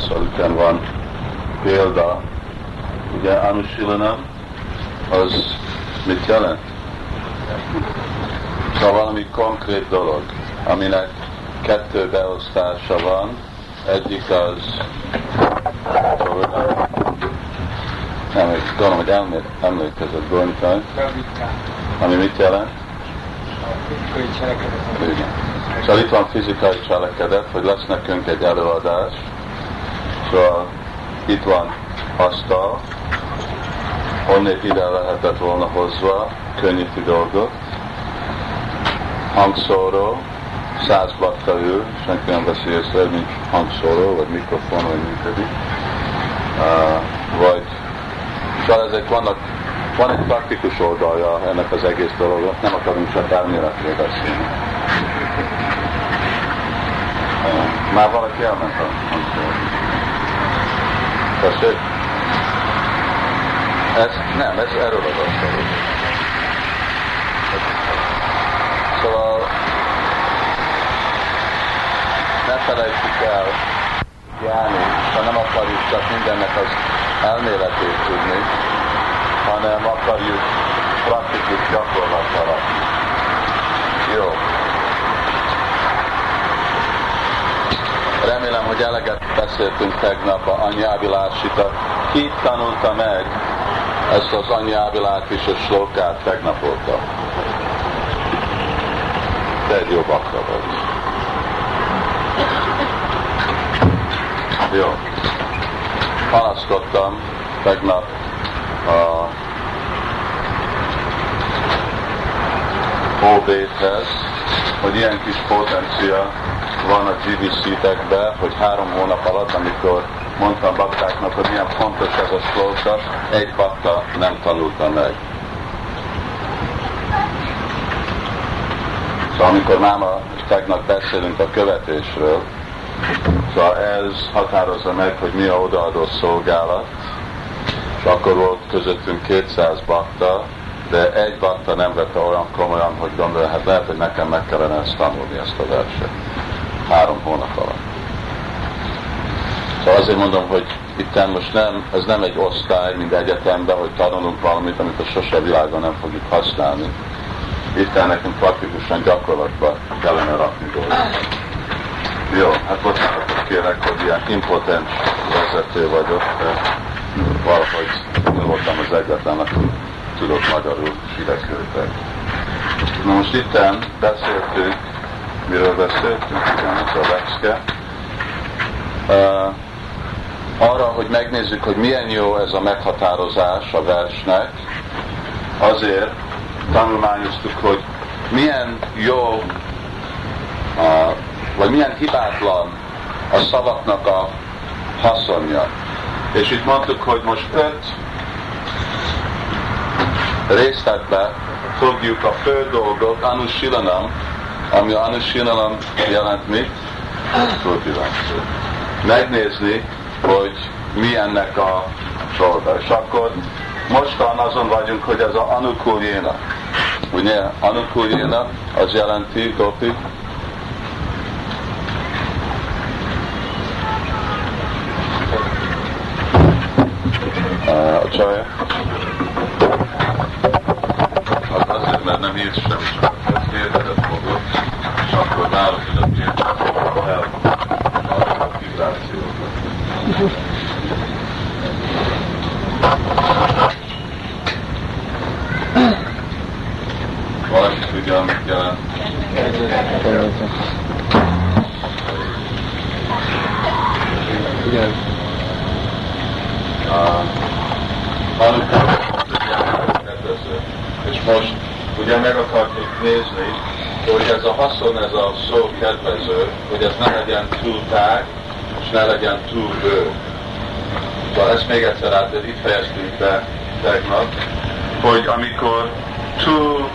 szóval van példa. Ugye Anushilana az mit jelent? Szóval valami konkrét dolog, aminek kettő beosztása van. Egyik az, nem, gondolom, hogy emlékezett Gornikai, ami mit jelent? Igen. Szóval itt van fizikai cselekedet, hogy lesz nekünk egy előadás, szóval itt van asztal, onnét ide lehetett volna hozva, könnyíti dolgot, hangszóró, 100 bakta ül, senki nem veszi észre, hogy nincs hangszóró, vagy mikrofon, vagy működik. Vagy, szóval ezek van egy praktikus oldalja ennek az egész dolognak, nem akarunk csak elméletről beszélni. Már valaki elment a hangszóró. Tessék? Ez erről az asztalról. Szóval ne felejtsük el járni, ha nem akarjuk csak mindennek az elméletét tudni, hanem akarjuk praktikus gyakorlatba rakni. Jó. Remélem, hogy eleget beszéltünk tegnap a Anyjávilásita. Ki tanulta meg ezt az Anyjávilát és a slókát tegnap óta? Te egy jó bakta vagy. Jó. Panaszkodtam tegnap a OB-hez, hogy ilyen kis potencia van a GVC-tekben, hogy 3 hónap alatt, amikor mondtam baktáknak, hogy milyen fontos ez a slóka, egy bakta nem tanulta meg. Szóval amikor máma tegnap beszélünk a követésről, szóval ez határozza meg, hogy mi a odaadó szolgálat, és akkor volt közöttünk 200 bakta, de egy bakta nem vette olyan komolyan, hogy gondolja, hát lehet, hogy nekem meg kellene ezt tanulni, ezt a verset. 3 hónap alatt. Szóval azért mondom, hogy itt most ez nem egy osztály, mint egyetemben, hogy tanulunk valamit, amit a sose világon nem fogjuk használni. Itt nekünk praktikusan gyakorlatban kellene rakni dolgokat. Jó, hát bocsánatot kérek, hogy ilyen impotens vezető vagyok, de valahogy voltam az egyetlen, aki tudok magyarul, és ide küldtek. Na most itten beszéltünk, miről beszéltünk? Igen, ez a lecke. Arra, hogy megnézzük, hogy milyen jó ez a meghatározás a versnek, azért tanulmányoztuk, hogy milyen jó, vagy milyen hibátlan a szavaknak a haszonja. És itt mondtuk, hogy most 5 részletbe fogjuk a fő dolgot, Anushilanam, ami Anushilanam jelent mit? Megnézni, hogy mi ennek a dolga. És akkor mostan azon vagyunk, hogy ez a Anukuljéna. Ugye, Anukuljéna az jelenti, Gopi? A csaja? Az azért, mert nem írt semmi, csak kérdezett fogod, és akkor náluk is el a vibrációkat. Valaki tudja, amit jelent? Igen. És most ugye meg akarjuk nézni, hogy ez a haszon, ez a szó kedvező, hogy ez ne legyen túl tág, és ne legyen túl bő. Szóval ezt még egyszer át, de itt fejeztünk be tegnap, hogy amikor túl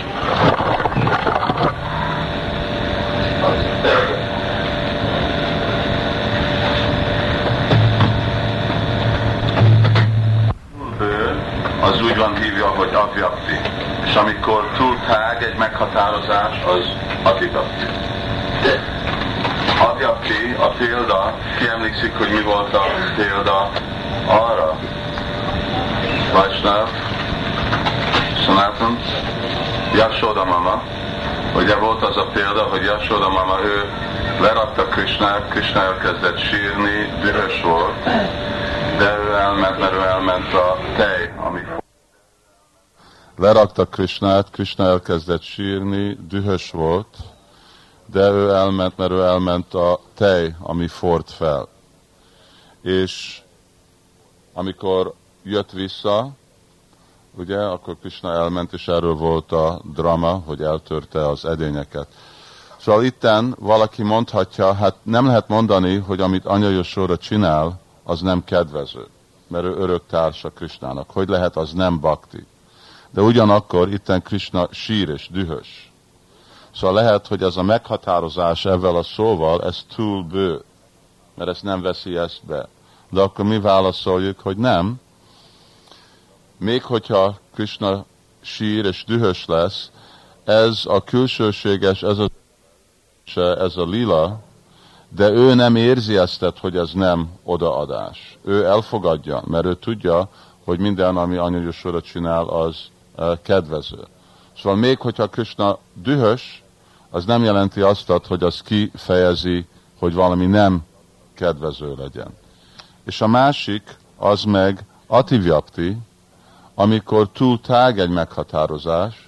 az úgy van hívja, hogy avyakti. És amikor túl tág egy meghatározás, az atikapti. Avyakti, a példa, ki emlékszik, hogy mi volt a példa arra? Vaisnav, Sanatan, Yashoda mama, ugye volt az a példa, hogy Yashoda mama, ő lerakta Krishnát, Krishna elkezdett sírni, dühös volt, de ő elment, mert ő elment a tej, ami lerakta Krishnát, Krishna elkezdett sírni, dühös volt, de ő elment, mert ő elment a tej, ami forrt fel. És amikor jött vissza, ugye, akkor Krishna elment, és erről volt a drama, hogy eltörte az edényeket. Szóval itten valaki mondhatja, hát nem lehet mondani, hogy amit Anya Yashoda csinál, az nem kedvező, mert ő örök társa Krishnának. Hogy lehet, az nem bhakti. De ugyanakkor itten Krishna sír és dühös. Szóval lehet, hogy ez a meghatározás ezzel a szóval, ez túl bő, mert ezt nem veszi ezt be. De akkor mi válaszoljuk, hogy nem. Még hogyha Krishna sír és dühös lesz, ez a külsőséges, ez a lila, de ő nem érzi ezt, hogy ez nem odaadás. Ő elfogadja, mert ő tudja, hogy minden, ami Anya Yashoda csinál, az kedvező. Szóval még hogyha Krishna dühös, az nem jelenti azt, hogy az kifejezi, hogy valami nem kedvező legyen. És a másik, az meg ativyakti, amikor túl tág egy meghatározás.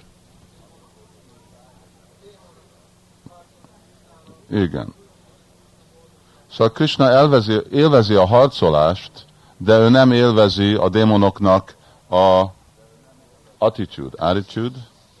Igen. Szóval Krishna élvezi a harcolást, de ő nem élvezi a démonoknak a attitude,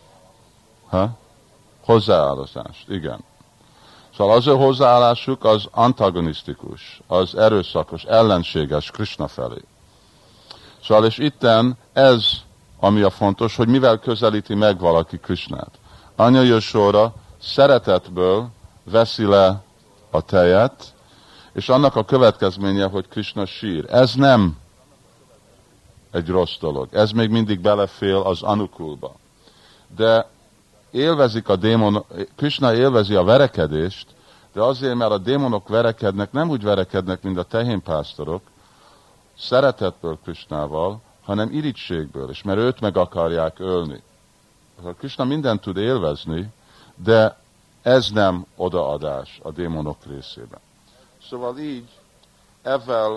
hozzáállást, igen. Szóval az ő hozzáállásuk az antagonisztikus, az erőszakos, ellenséges Krishna felé. Szóval és itten ez, ami a fontos, hogy mivel közelíti meg valaki Krishnát. Anya Yashoda szeretetből veszi le a tejet, és annak a következménye, hogy Krishna sír. Ez nem egy rossz dolog. Ez még mindig belefél az anukulba. De élvezik a démonok, Krishna élvezi a verekedést, de azért, mert a démonok verekednek, nem úgy verekednek, mint a tehénpásztorok, szeretetből Krishnával, hanem irigységből, és mert őt meg akarják ölni. Krishna mindent tud élvezni, de ez nem odaadás a démonok részében. Szóval így, ezzel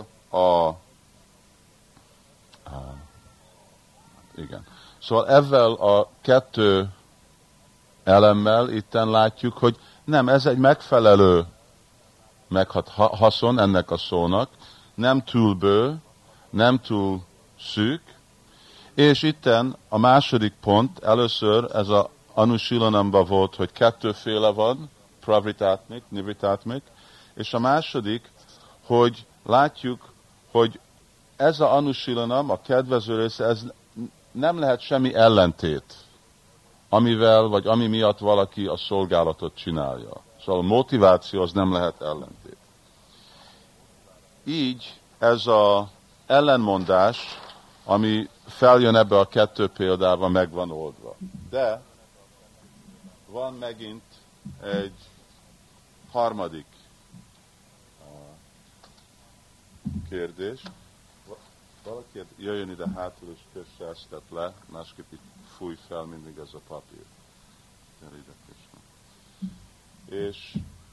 ezzel a kettő elemmel itten látjuk, hogy nem, ez egy megfelelő haszon ennek a szónak, nem túl bő, nem túl szűk, és itten a második pont, először ez a Anusilanamba volt, hogy kettőféle van, pravritatmik, nivritatmik, és a második, hogy látjuk, hogy ez a Anusilanam, a kedvező része, ez nem lehet semmi ellentét, amivel, vagy ami miatt valaki a szolgálatot csinálja. Szóval a motiváció az nem lehet ellentét. Így ez az ellenmondás, ami feljön ebbe a kettő példában, meg van oldva. De van megint egy harmadik kérdés. Valaki jöjjön ide hátul és kösse ezt le, másképp itt fúj fel mindig ez a papír. És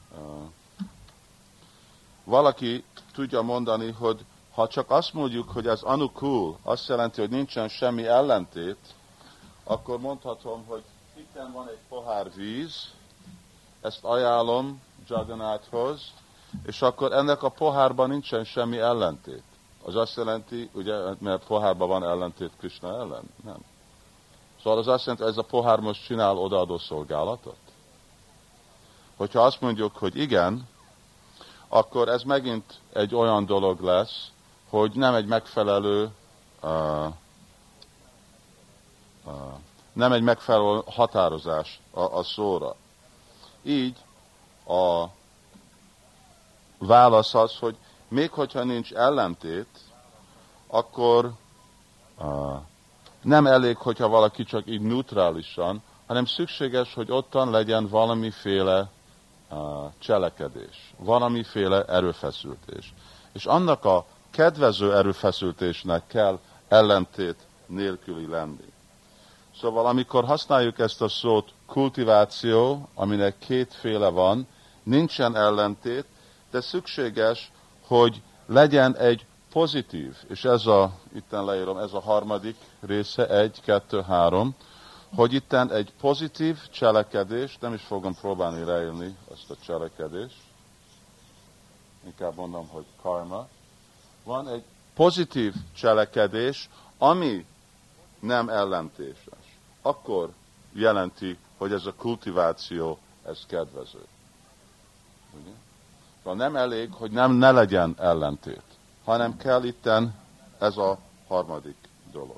valaki tudja mondani, hogy ha csak azt mondjuk, hogy ez anukul, azt jelenti, hogy nincsen semmi ellentét, akkor mondhatom, hogy itt van egy pohár víz, ezt ajánlom Jagannathoz, és akkor ennek a pohárban nincsen semmi ellentét. Az azt jelenti, ugye, mert pohárban van ellentét Krishna ellen? Nem. Szóval az azt jelenti, hogy ez a pohár most csinál odaadó szolgálatot? Hogyha azt mondjuk, hogy igen, akkor ez megint egy olyan dolog lesz, hogy nem egy megfelelő nem egy megfelelő határozás a szóra. Így a válasz az, hogy még hogyha nincs ellentét, akkor nem elég, hogyha valaki csak így neutrálisan, hanem szükséges, hogy ottan legyen valamiféle cselekedés, valamiféle erőfeszültés. És annak a kedvező erőfeszültésnek kell ellentét nélküli lenni. Szóval amikor használjuk ezt a szót kultiváció, aminek kétféle van, nincsen ellentét, de szükséges, hogy legyen egy pozitív, és itten leírom, ez a harmadik része, 1, 2, 3, hogy itten egy pozitív cselekedés, nem is fogom próbálni leírni ezt a cselekedést, inkább mondom, hogy karma. Van egy pozitív cselekedés, ami nem ellentéses. Akkor jelenti, hogy ez a kultiváció, ez kedvező. Ugye? Szóval nem elég, hogy ne legyen ellentét, hanem kell itten ez a harmadik dolog.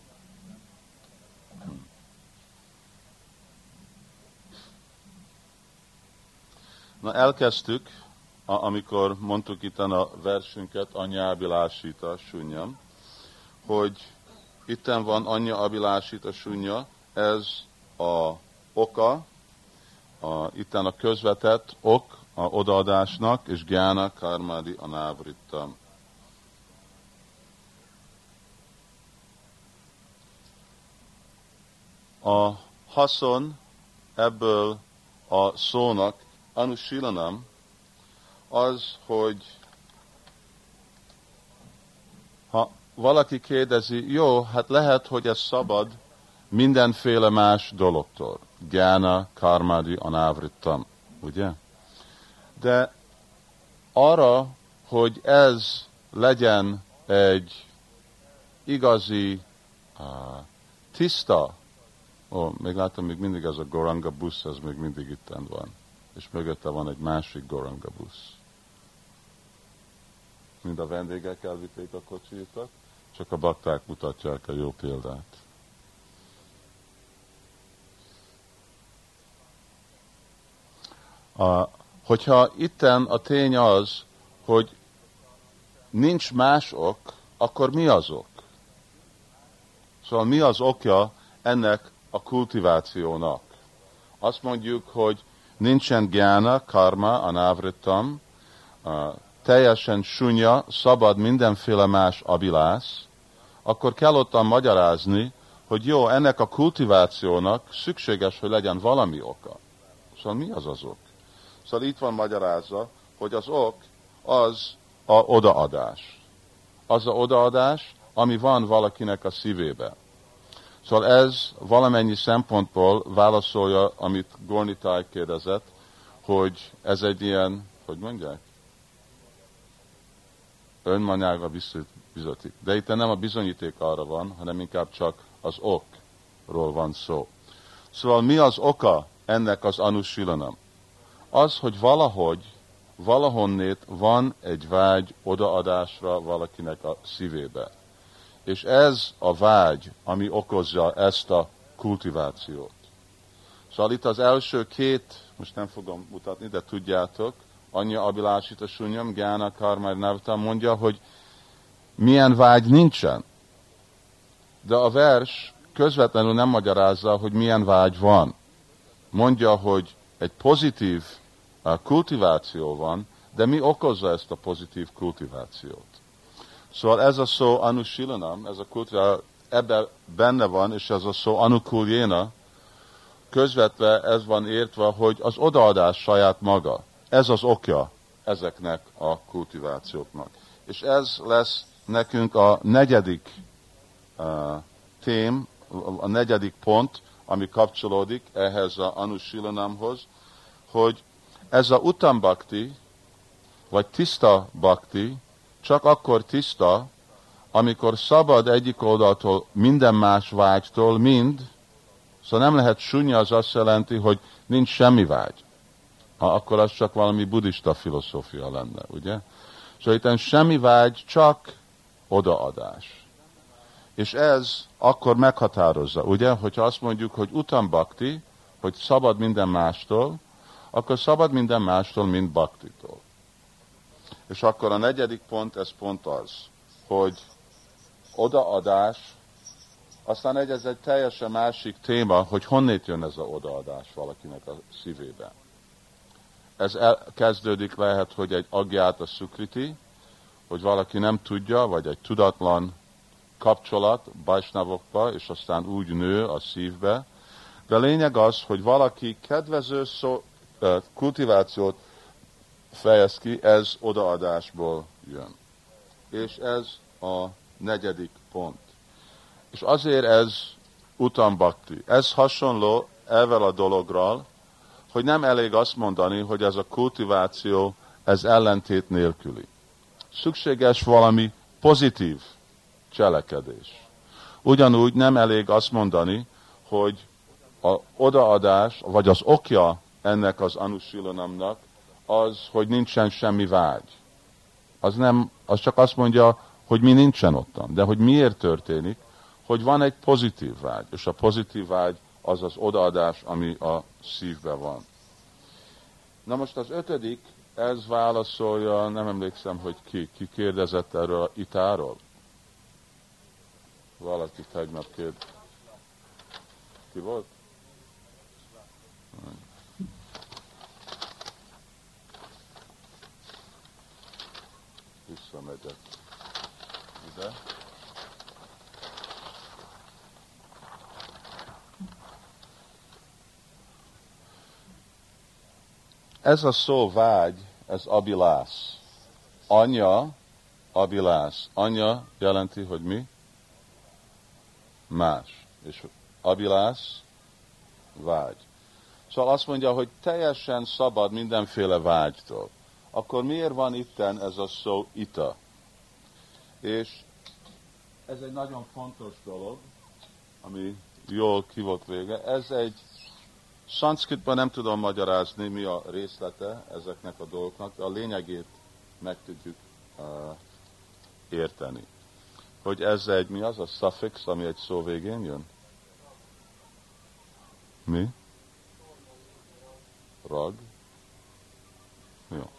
Na, elkezdtük, amikor mondtuk itten a versünket, Anya Abhilasita Sunyam, hogy itten van Anya Abhilasita Sunya, ez a oka, itten a közvetett ok a odaadásnak, és Gyána Karmadi Anávrittam. A haszon ebből a szónak, Anusilanam, az, hogy ha valaki kérdezi, jó, hát lehet, hogy ez szabad mindenféle más dologtól. Gyána, Karmadi, Anávrittam, ugye? De arra, hogy ez legyen egy igazi, tiszta, még látom, még mindig ez a Goranga busz, ez még mindig itten van. És mögötte van egy másik Goranga busz. Mind a vendégek elvitték a kocsijukat, csak a bakták mutatják a jó példát. Hogyha itten a tény az, hogy nincs más ok, akkor mi az ok? Szóval mi az okja ennek a kultivációnak? Azt mondjuk, hogy nincsen gyána, karma, anávrittam, teljesen sunya, szabad mindenféle más abilász, akkor kell ottan magyarázni, hogy jó, ennek a kultivációnak szükséges, hogy legyen valami oka. Szóval mi az az ok? Szóval itt van magyarázza, hogy az ok az a odaadás. Az a odaadás, ami van valakinek a szívébe. Szóval ez valamennyi szempontból válaszolja, amit Gornitáj kérdezett, hogy ez egy ilyen, hogy mondják? Önmanyágra bizonyíték. De itt nem a bizonyíték arra van, hanem inkább csak az okról van szó. Szóval mi az oka ennek az Anusilanam? Az, hogy valahonnét van egy vágy odaadásra valakinek a szívébe. És ez a vágy, ami okozza ezt a kultivációt. Szóval itt az első két, most nem fogom mutatni, de tudjátok, Anya Abhilasita Sunyam, Gyána Karmadi Anávrittam mondja, hogy milyen vágy nincsen. De a vers közvetlenül nem magyarázza, hogy milyen vágy van. Mondja, hogy egy pozitív kultiváció van, de mi okozza ezt a pozitív kultivációt? Szóval ez a szó Anusilanam, ez a kultiváció, ebben benne van, és ez a szó Anukuljéna, közvetve ez van értve, hogy az odaadás saját maga. Ez az okja ezeknek a kultivációknak. És ez lesz nekünk a negyedik a negyedik pont, ami kapcsolódik ehhez a Anusilanamhoz, hogy ez a Uttam Bhakti, vagy tiszta bhakti, csak akkor tiszta, amikor szabad egyik oldaltól minden más vágytól, szóval nem lehet sunya, az azt jelenti, hogy nincs semmi vágy. Akkor az csak valami buddhista filozófia lenne, ugye? Szóval itt semmi vágy, csak odaadás. És ez akkor meghatározza, ugye? Hogyha azt mondjuk, hogy Uttam Bhakti, hogy szabad minden mástól, akkor szabad minden mástól, mint bhaktitól. És akkor a negyedik pont, ez pont az, hogy odaadás, aztán ez egy teljesen másik téma, hogy honnét jön ez a odaadás valakinek a szívébe. ez kezdődik lehet, hogy egy agyát a szukriti, hogy valaki nem tudja, vagy egy tudatlan kapcsolat Vajsnavokba, és aztán úgy nő a szívbe. De lényeg az, hogy valaki kedvező kultivációt fejez ki, ez odaadásból jön. És ez a 4. pont. És azért ez utambhakti. Ez hasonló ezzel a dologral, hogy nem elég azt mondani, hogy ez a kultiváció, ez ellentét nélküli. Szükséges valami pozitív cselekedés. Ugyanúgy nem elég azt mondani, hogy az odaadás, vagy az okja ennek az anusilanamnak az, hogy nincsen semmi vágy. Az csak azt mondja, hogy mi nincsen ottan. De hogy miért történik, hogy van egy pozitív vágy, és a pozitív vágy az az odaadás, ami a szívben van. Na most az 5. ez válaszolja, nem emlékszem, hogy ki kérdezett erről a itáról. Valaki tegnap kérdezett. Ki volt? Visszamegyek ide. Ez a szó vágy, ez abilász. Anya, abilász. Anya jelenti, hogy mi? Más. És abilász, vágy. Szóval azt mondja, hogy teljesen szabad mindenféle vágytól. Akkor miért van itten ez a szó ita? És ez egy nagyon fontos dolog, ami jól ki volt vége. Ez egy szanszkritban nem tudom magyarázni, mi a részlete ezeknek a dolgoknak, de a lényegét meg tudjuk érteni. Hogy ez egy, mi az a suffix, ami egy szó végén jön? Mi? Rag. Jó.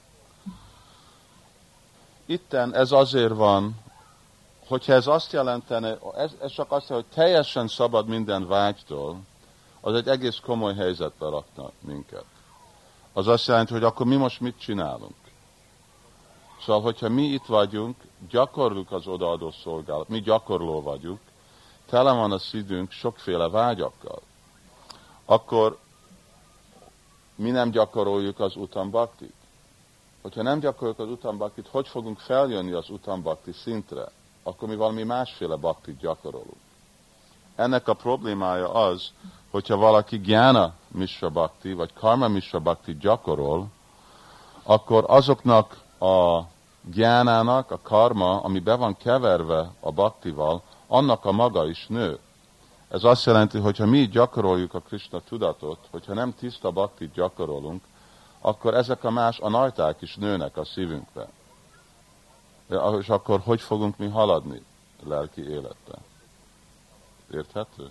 Itten ez azért van, hogyha ez azt jelentene, ez csak azt jelenti, hogy teljesen szabad minden vágytól, az egy egész komoly helyzetbe rakna minket. Az azt jelenti, hogy akkor mi most mit csinálunk. Szóval, hogyha mi itt vagyunk, gyakorlunk az odaadó szolgálat, mi gyakorló vagyunk, tele van a szívünk sokféle vágyakkal, akkor mi nem gyakoroljuk az utambhaktit. Hogyha nem gyakoroljuk az utambhaktit, hogy fogunk feljönni az utambhakti szintre? Akkor mi valami másféle bhaktit gyakorolunk. Ennek a problémája az, hogyha valaki gyána mishra bhakti, vagy karma mishra bhakti gyakorol, akkor azoknak a gyánának, a karma, ami be van keverve a bhaktival, annak a maga is nő. Ez azt jelenti, hogy ha mi gyakoroljuk a Krishna tudatot, hogyha nem tiszta bhaktit gyakorolunk, akkor ezek a más anarták is nőnek a szívünkbe. És akkor hogy fogunk mi haladni lelki életben? Érthető?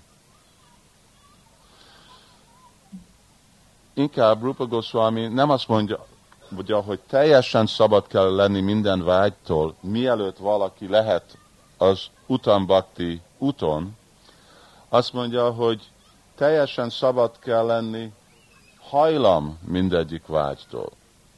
Inkább Rupa Goswami nem azt mondja, hogy teljesen szabad kell lenni minden vágytól, mielőtt valaki lehet az utambhakti úton, azt mondja, hogy teljesen szabad kell lenni hajlam mindegyik vágytól.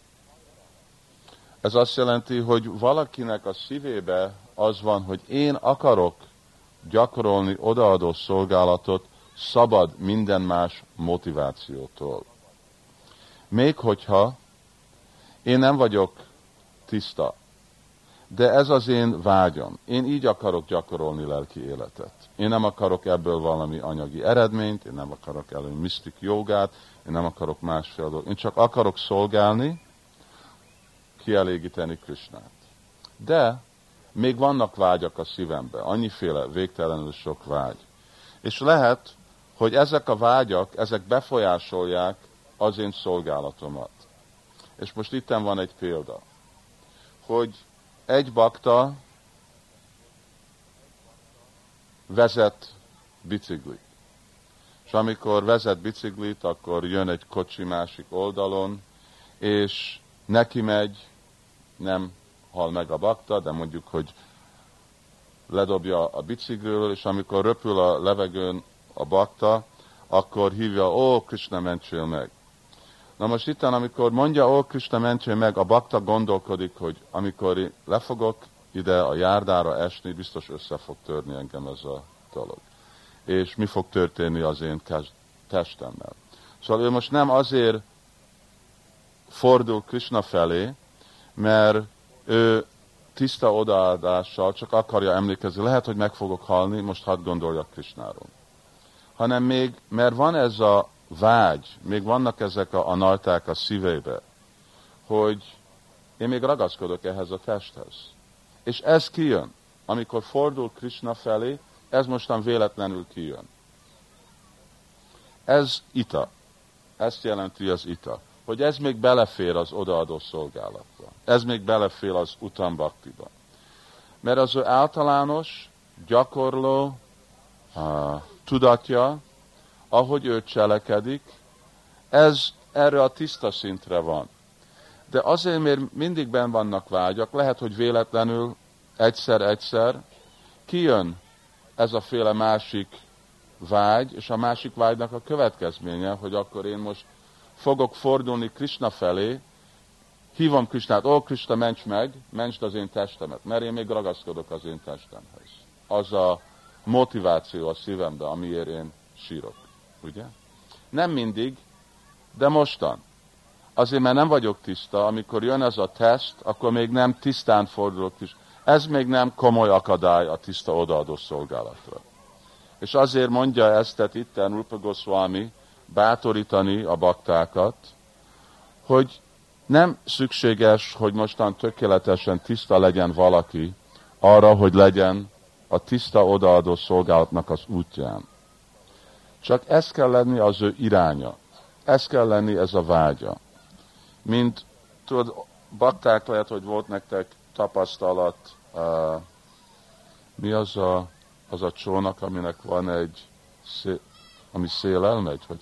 Ez azt jelenti, hogy valakinek a szívébe az van, hogy én akarok gyakorolni odaadó szolgálatot szabad minden más motivációtól. Még hogyha én nem vagyok tiszta, de ez az én vágyam. Én így akarok gyakorolni lelki életet. Én nem akarok ebből valami anyagi eredményt, én nem akarok elő misztik jogát, én nem akarok másfél dolgot. Én csak akarok szolgálni, kielégíteni Krishnát. De még vannak vágyak a szívemben, annyiféle végtelenül sok vágy. És lehet, hogy ezek a vágyak, ezek befolyásolják az én szolgálatomat. És most itten van egy példa, hogy egy bakta vezet biciklit. És amikor vezet biciklit, akkor jön egy kocsi másik oldalon, és neki megy, nem hal meg a bakta, de mondjuk, hogy ledobja a bicikliről, és amikor röpül a levegőn a bakta, akkor hívja, ó, Krishna, mentsél meg. Na most itt, amikor mondja, ó, Krishna mentsél meg, a bakta gondolkodik, hogy amikor le fogok ide a járdára esni, biztos össze fog törni engem ez a dolog. És mi fog történni az én testemmel. Szóval ő most nem azért fordul Krishna felé, mert ő tiszta odaadással csak akarja emlékezni, lehet, hogy meg fogok halni, most hadd gondoljak Krishnáról. Hanem még, mert van ez a vágy, még vannak ezek a narták a szívébe, hogy én még ragaszkodok ehhez a testhez. És ez kijön, amikor fordul Krishna felé, ez mostan véletlenül kijön. Ez ita. Ezt jelenti az ita. Hogy ez még belefér az odaadó szolgálatba. Ez még belefér az utam bhaktiba. Mert az ő általános, gyakorló tudatja, ahogy ő cselekedik, ez erre a tiszta szintre van. De azért, mert mindig benn vannak vágyak, lehet, hogy véletlenül egyszer-egyszer kijön ez a féle másik vágy, és a másik vágynak a következménye, hogy akkor én most fogok fordulni Krishna felé, hívom Krishnát, ó Krishna, ments meg, mentsd az én testemet, mert én még ragaszkodok az én testemhez. Az a motiváció a szívembe, amiért én sírok. Ugye? Nem mindig, de mostan. Azért, mert nem vagyok tiszta, amikor jön ez a teszt, akkor még nem tisztán fordulok is. Ez még nem komoly akadály a tiszta odaadó szolgálatra. És azért mondja ezt itten Rupa Goswami bátorítani a baktákat, hogy nem szükséges, hogy mostan tökéletesen tiszta legyen valaki arra, hogy legyen a tiszta odaadó szolgálatnak az útján. Csak ez kell lenni az ő iránya. Ez kell lenni ez a vágya. Mint tudod, bakták, lehet, hogy volt nektek tapasztalat, mi az a csónak, aminek van egy, ami széllel megy, vagy?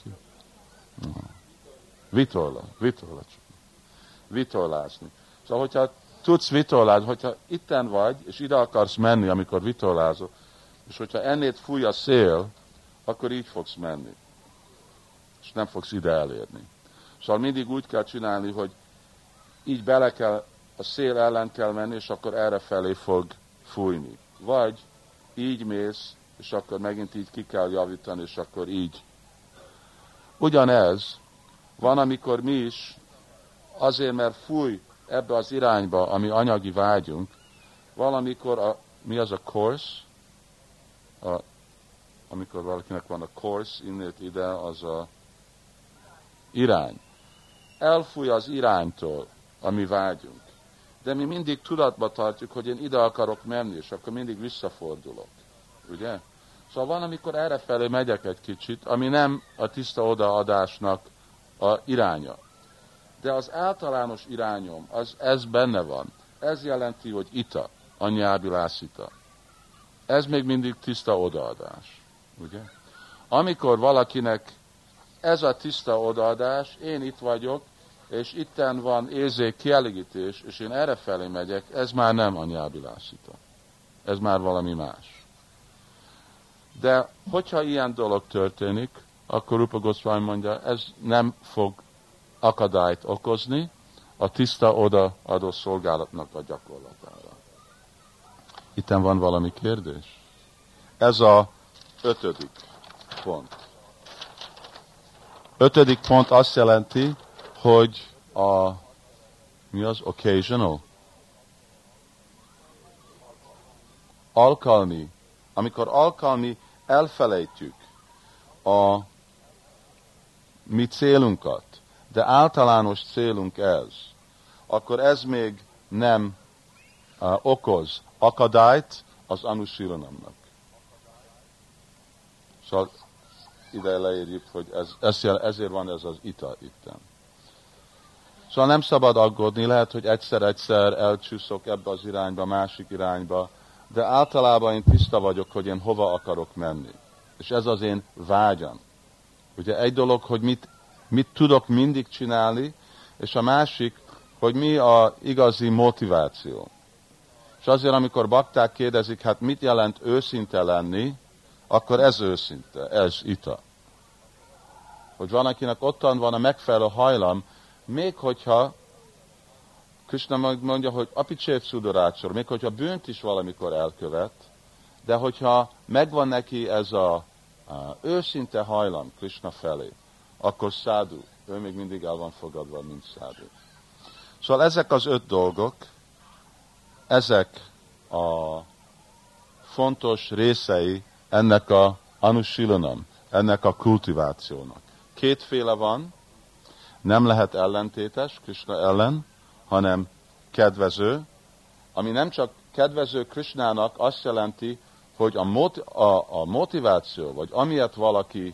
Vitorlázni. Szóval, hogyha tudsz vitorlázni, hogyha itten vagy, és ide akarsz menni, amikor vitorlázol, és hogyha ennét fúj a szél, akkor így fogsz menni. És nem fogsz ide elérni. Szóval mindig úgy kell csinálni, hogy így bele kell, a szél ellen kell menni, és akkor erre felé fog fújni. Vagy így mész, és akkor megint így ki kell javítani, és akkor így. Ugyanez van, amikor mi is, azért, mert fúj ebbe az irányba, ami anyagi vágyunk, valamikor mi az a course? Amikor valakinek van a course, innét ide, az a irány. Elfúj az iránytól, ami vágyunk. De mi mindig tudatba tartjuk, hogy én ide akarok menni, és akkor mindig visszafordulok. Ugye? Szóval van, amikor errefelé megyek egy kicsit, ami nem a tiszta odaadásnak a iránya. De az általános irányom, ez benne van. Ez jelenti, hogy ita, anyábilászita. Ez még mindig tiszta odaadás. Ugye? Amikor valakinek ez a tiszta odaadás, én itt vagyok, és itten van érzék kielégítés, és én errefelé megyek, ez már nem anyábilászita. Ez már valami más. De hogyha ilyen dolog történik, akkor Rupa Goswami mondja, ez nem fog akadályt okozni a tiszta odaadó szolgálatnak a gyakorlatára. Itten van valami kérdés? Ez a 5. pont. 5. pont azt jelenti, hogy mi az? Occasional? Alkalmi. Amikor alkalmi elfelejtjük a mi célunkat, de általános célunk ez, akkor ez még nem okoz akadályt az anusilanamnak. Szóval ide leírjuk, hogy ezért van ez az ita itten. Szóval nem szabad aggódni, lehet, hogy egyszer-egyszer elcsúszok ebbe az irányba, másik irányba, de általában én tiszta vagyok, hogy én hova akarok menni. És ez az én vágyam. Ugye egy dolog, hogy mit tudok mindig csinálni, és a másik, hogy mi a igazi motiváció. És azért, amikor bakták kérdezik, hát mit jelent őszinte lenni, akkor ez őszinte, ez ita. Hogy van, akinek ottan van a megfelelő hajlam, még hogyha Krishna mondja, hogy apicsét szudorácsor, még hogyha bűnt is valamikor elkövet, de hogyha megvan neki ez a őszinte hajlam Krishna felé, akkor szádu, ő még mindig el van fogadva, mint szádu. Szóval ezek az 5 dolgok, ezek a fontos részei ennek a anusilanam, ennek a kultivációnak. 2 féle van, nem lehet ellentétes Krishna ellen, hanem kedvező, ami nem csak kedvező Krishnának azt jelenti, hogy a motiváció, vagy amilyet valaki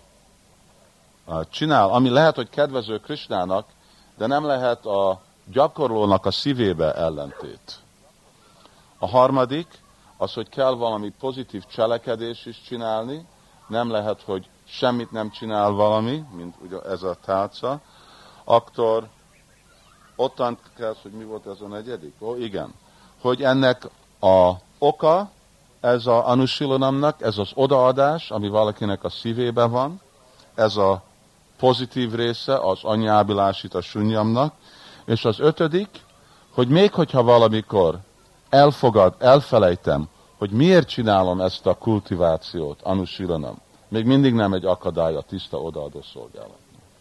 csinál, ami lehet, hogy kedvező Krishnának, de nem lehet a gyakorlónak a szívébe ellentét. A harmadik, az, hogy kell valami pozitív cselekedés is csinálni, nem lehet, hogy semmit nem csinál valami, mint ugye ez a tálca, akkor ottan kell, hogy mi volt ez a negyedik? Ó, igen. Hogy ennek a oka, ez a anusilanamnak, ez az odaadás, ami valakinek a szívében van, ez a pozitív része az anyábilásít a sunyamnak, és az 5, hogy még hogyha valamikor elfelejtem, hogy miért csinálom ezt a kultivációt, anusilanam, még mindig nem egy akadály a tiszta odaadó szolgálat.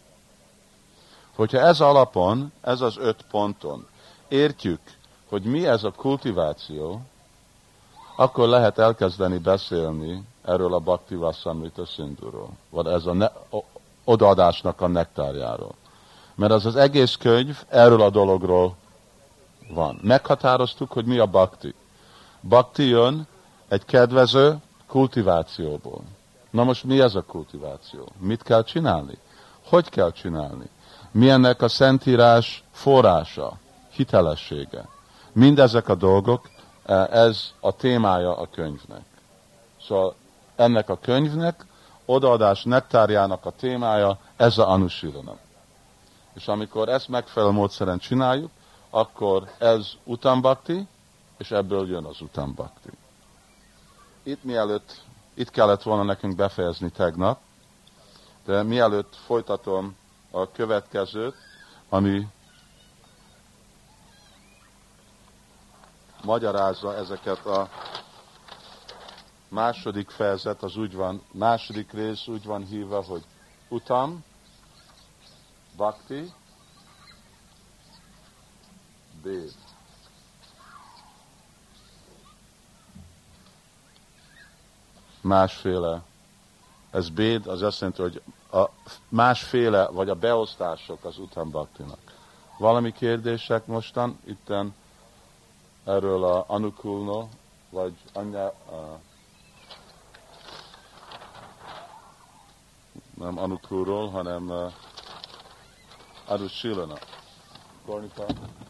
Hogyha ez alapon, ez az 5 ponton értjük, hogy mi ez a kultiváció, akkor lehet elkezdeni beszélni erről a Bhakti Rasamrita Sindhuról, vagy ez a odaadásnak a nektárjáról. Mert az egész könyv erről a dologról van. Meghatároztuk, hogy mi a bhakti. Bhakti jön egy kedvező kultivációból. Na most mi ez a kultiváció? Mit kell csinálni? Hogy kell csinálni? Mi ennek a szentírás forrása, hitelessége? Mindezek a dolgok, ez a témája a könyvnek. Szóval ennek a könyvnek, odaadás nektárjának a témája, ez a anusilanam. És amikor ezt megfelelő módszeren csináljuk, akkor ez utambhakti, és ebből jön az utambhakti. Itt kellett volna nekünk befejezni tegnap, de mielőtt folytatom a következőt, ami magyarázza ezeket a második fejezet, az úgy van, második rész úgy van hívva, hogy utam, bhakti, béd. Másféle. Ez béd, az azt jelenti, hogy a másféle, vagy a beosztások az utam bhaktinak. Valami kérdések mostan, itten erről a anukulno, vagy nem anukulról, hanem anusilana. Kornika?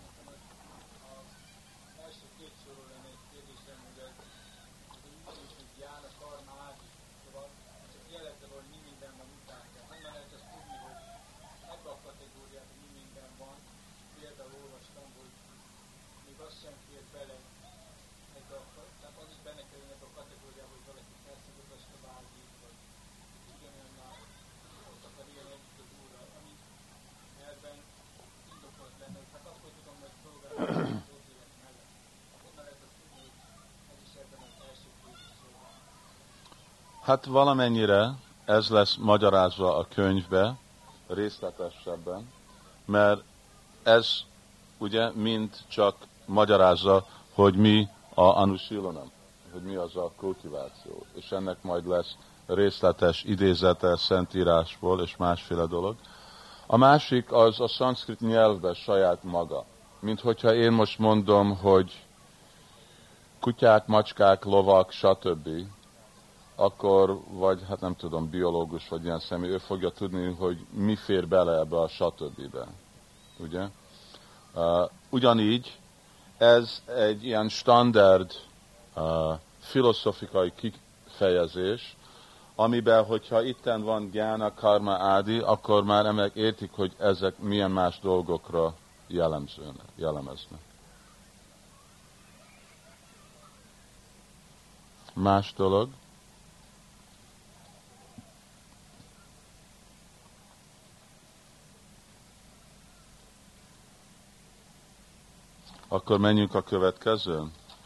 Hát valamennyire ez lesz magyarázva a könyvbe, részletesebben, mert ez ugye mind csak magyarázza, hogy mi a anusilanam, hogy mi az a kultiváció, és ennek majd lesz részletes idézete Szentírásból és másféle dolog. A másik az a szanszkrit nyelvben saját maga. Mint hogyha én most mondom, hogy kutyák, macskák, lovak, stb., akkor, vagy hát nem tudom, biológus, vagy ilyen személy, ő fogja tudni, hogy mi fér bele ebbe a stb-be. Ugye? Ugyanígy ez egy ilyen standard filozofikai kifejezés, amiben, hogyha itten van gyána, karma, ádi, akkor már értik, hogy ezek milyen más dolgokra jellemeznek. Más dolog. akkor menjünk a következőn.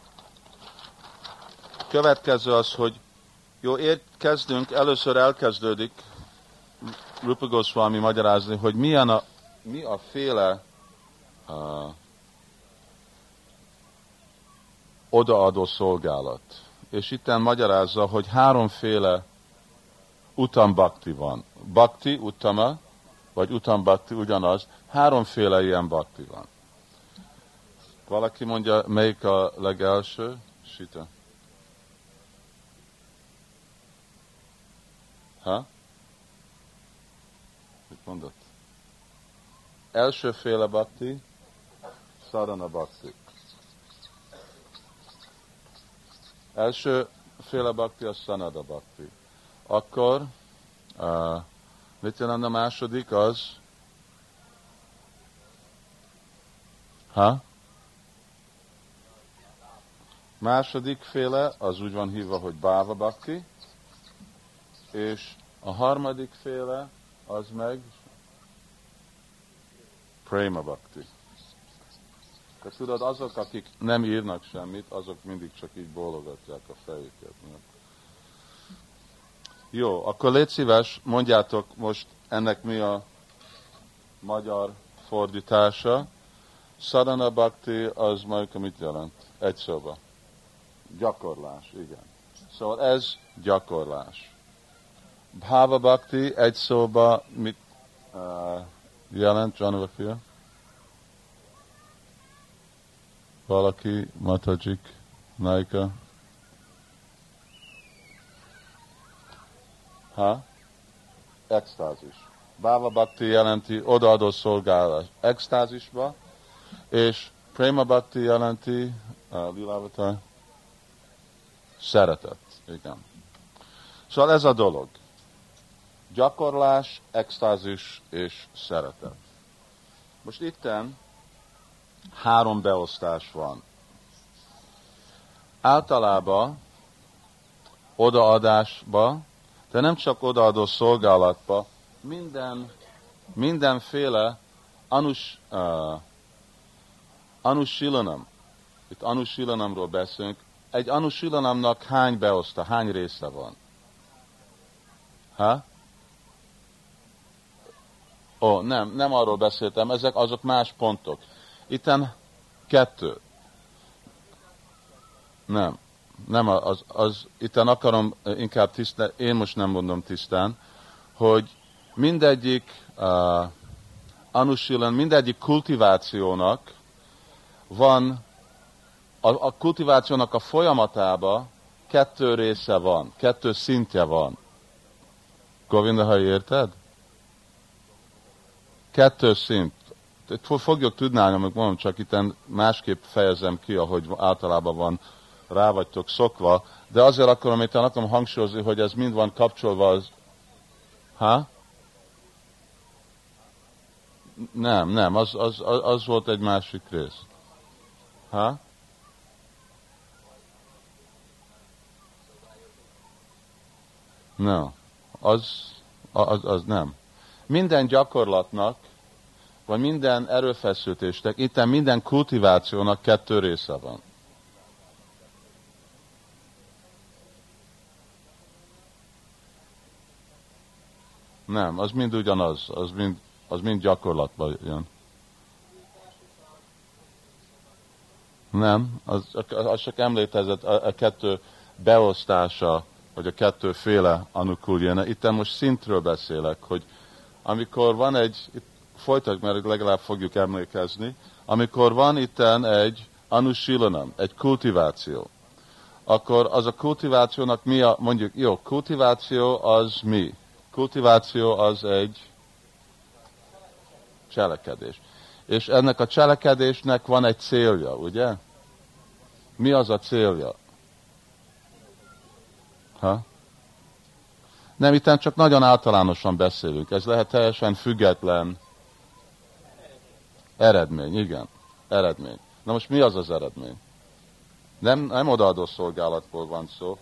Következő az, hogy jó, kezdünk, először elkezdődik Rupa Goswami magyarázni, hogy mi a féle odaadó szolgálat. És itten magyarázza, hogy háromféle utam bhakti van. Bhakti, uttama, vagy utam bhakti ugyanaz. Háromféle ilyen bhakti van. Valaki mondja, melyik a legelső? Sita. Ha? Mit mondott? Elsőféle bhakti, sadhana bhakti. Elsőféle bhakti a sanada bhakti. Akkor mit jelent a második? Az második féle az úgy van hívva, hogy bhava bhakti, és a harmadik féle az meg prema bhakti. Te tudod, azok, akik nem írnak semmit, azok mindig csak így bólogatják a fejüket. Jó, akkor légy szíves, mondjátok most ennek mi a magyar fordítása. Sadhana bhakti az majd mit jelent? Egy szóba. Gyakorlás, igen. Szóval ez gyakorlás. Bhava bhakti egy szóba mit jelent, Janova fia? Valaki, Matajik, Naika? Extázis. Bhava bhakti jelenti odaadó szolgálás extázisba, és prema bhakti jelenti lilavatar, szeretet. Igen. Szóval ez a dolog. Gyakorlás, extázis és szeretet. Most itten 3 beosztás van. Általában odaadásba, de nem csak odaadó szolgálatba, mindenféle anusilanam. Itt anusilanamról beszélünk. Egy anusilanamnak hány hány része van? Nem arról beszéltem, azok más pontok. Itten 2. Nem itten akarom inkább tisztán, én most nem mondom tisztán, hogy mindegyik anusilan, mindegyik kultivációnak van, a kultivációnak a folyamatában 2 része van, 2 szintje van. Govinda, ha érted? 2 szint. Fogjuk tudni, amit mondom, csak itt másképp fejezem ki, ahogy általában van, rá vagytok szokva, de azért akarom hangsúlyozni, hogy ez mind van kapcsolva az... Nem, az volt egy másik rész. No, az nem. Minden gyakorlatnak, vagy minden erőfeszítésnek, itten minden kultivációnak 2 része van. Nem, az mind ugyanaz, az mind gyakorlatban jön. Nem, az csak említezett a 2 beosztása, vagy a 2 féle anukuljana. Itten most szintről beszélek, hogy amikor van folytatjuk, mert legalább fogjuk emlékezni, amikor van itten egy anusilanam, egy kultiváció, akkor az a kultivációnak mi mondjuk, kultiváció az mi? Kultiváció az egy cselekedés. És ennek a cselekedésnek van egy célja, ugye? Mi az a célja? Nem, itt csak nagyon általánosan beszélünk. Ez lehet teljesen független eredmény, igen. Eredmény. Na most mi az eredmény? Nem odaadó szolgálatból van szó.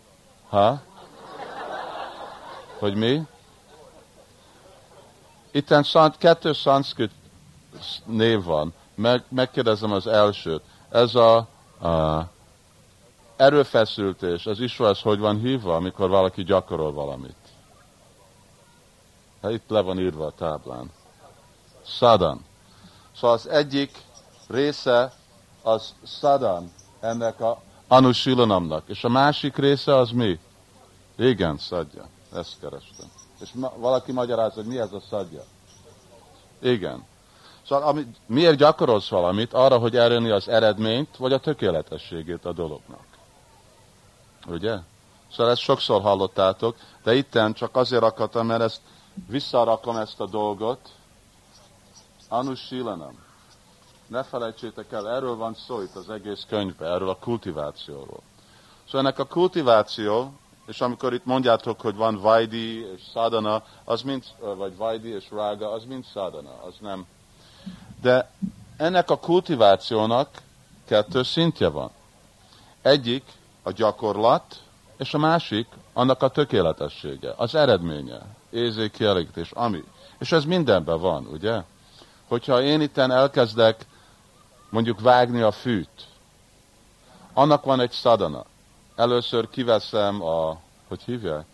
Hogy mi? Itten 2 szanszkrit név van. Megkérdezem az elsőt. ez a erőfeszültés, az is az, hogy van hívva, amikor valaki gyakorol valamit. Hát itt le van írva a táblán. Sadan. Szóval az egyik része az sadan, ennek a anusilanamnak. És a másik része az mi? Igen, szadja. Ezt kerestem. És valaki magyarázza, hogy mi ez a szadja? Igen. Szóval miért gyakorolsz valamit? Arra, hogy elérni az eredményt, vagy a tökéletességét a dolognak. Ugye? Szóval ezt sokszor hallottátok, de itten csak azért akartam, mert ezt visszarakom ezt a dolgot. Anusilanam. Ne felejtsétek el, erről van szó itt az egész könyvben, erről a kultivációról. Szóval ennek a kultiváció, és amikor itt mondjátok, hogy van vajdi és sadhana, az mind, vagy vajdi és rága, az mind sadhana, az nem. De ennek a kultivációnak kettő szintje van. Egyik a gyakorlat, és a másik annak a tökéletessége, az eredménye, érzékkielégítés, ami. És ez mindenben van, ugye? Hogyha én itten elkezdek mondjuk vágni a fűt, annak van egy sadhana. Először kiveszem hogy hívják?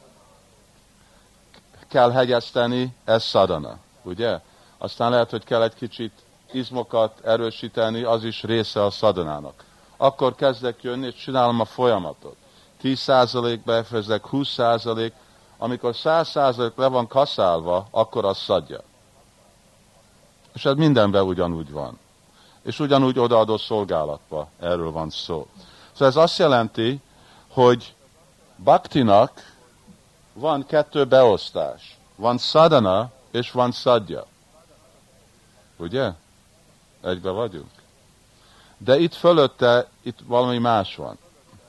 Kell hegyezteni, ez sadhana, ugye? Aztán lehet, hogy kell egy kicsit izmokat erősíteni, az is része a sadhanának. Akkor kezdek jönni, és csinálom a folyamatot. 10% befejezek, 20%, amikor 100% le van kaszálva, akkor az szadja. És ez mindenben ugyanúgy van. És ugyanúgy odaadó szolgálatba erről van szó. Szóval ez azt jelenti, hogy bhaktinak van kettő beosztás. Van sadhana és van sadhya. Ugye? Egybe vagyunk. De itt fölötte, itt valami más van.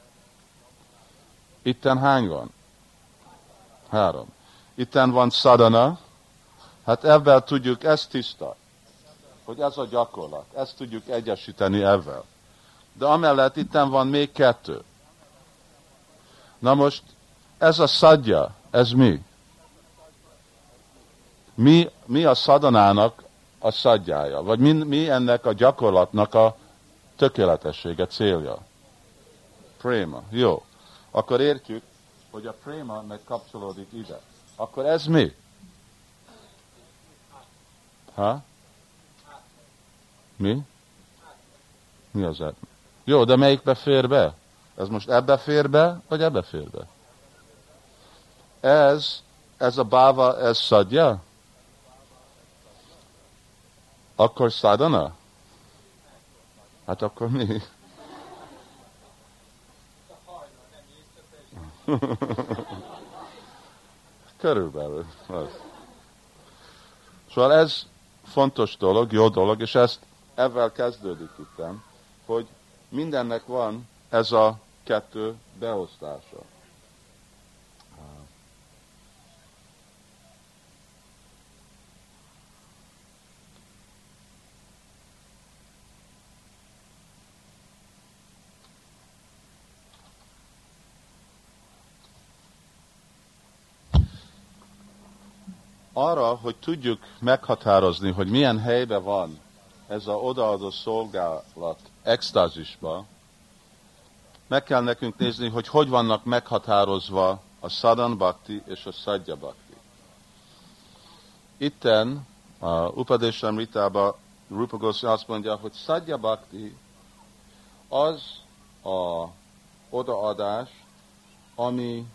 Itten hány van? 3. Itten van sadhana, hát ebben tudjuk, ez tiszta, hogy ez a gyakorlat, ezt tudjuk egyesíteni ebben. De amellett itten van még 2. Na most, ez a sadhya, ez mi? Mi a sadhanának a sadhjája? Vagy mi ennek a gyakorlatnak a tökéletessége, célja? Prema. Jó. Akkor értjük, hogy a prema megkapcsolódik ide. Akkor ez mi? Ha? Mi? Mi az ez? Jó, de melyikbe fér be? Ez most ebbe fér be, vagy ebbe fér be? Ez a báva, ez sadhya? Akkor sadhana? Hát akkor mi? Körülbelül. Az. Szóval ez fontos dolog, jó dolog, és ezt ezzel kezdődik itt, hogy mindennek van ez a 2 beosztása. Arra, hogy tudjuk meghatározni, hogy milyen helyben van ez a odaadó szolgálat extázisba, meg kell nekünk nézni, hogy vannak meghatározva a sadhan bhakti és a sadhya bhakti. Itten a Upadeshamritában Rupa Goswami azt mondja, hogy sadhya bhakti az a odaadás, ami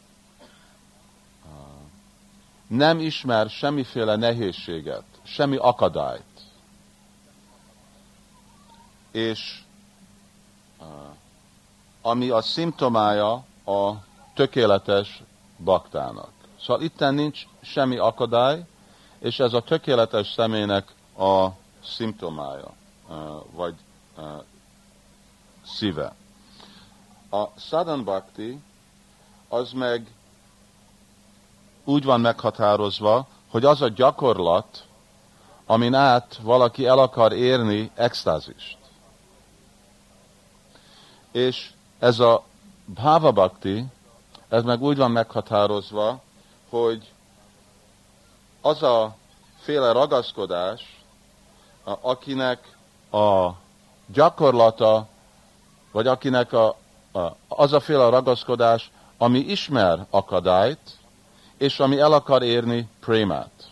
nem ismer semmiféle nehézséget, semmi akadályt. És ami a szimptomája a tökéletes baktának. Szóval itten nincs semmi akadály, és ez a tökéletes személynek a szimptomája, vagy szíve. A sadhan bhakti az meg úgy van meghatározva, hogy az a gyakorlat, amin át valaki el akar érni extázist. És ez a bhava bhakti, ez meg úgy van meghatározva, hogy az a féle ragaszkodás, akinek a gyakorlata, vagy akinek az a féle ragaszkodás, ami ismer akadályt, és ami el akar érni prémát.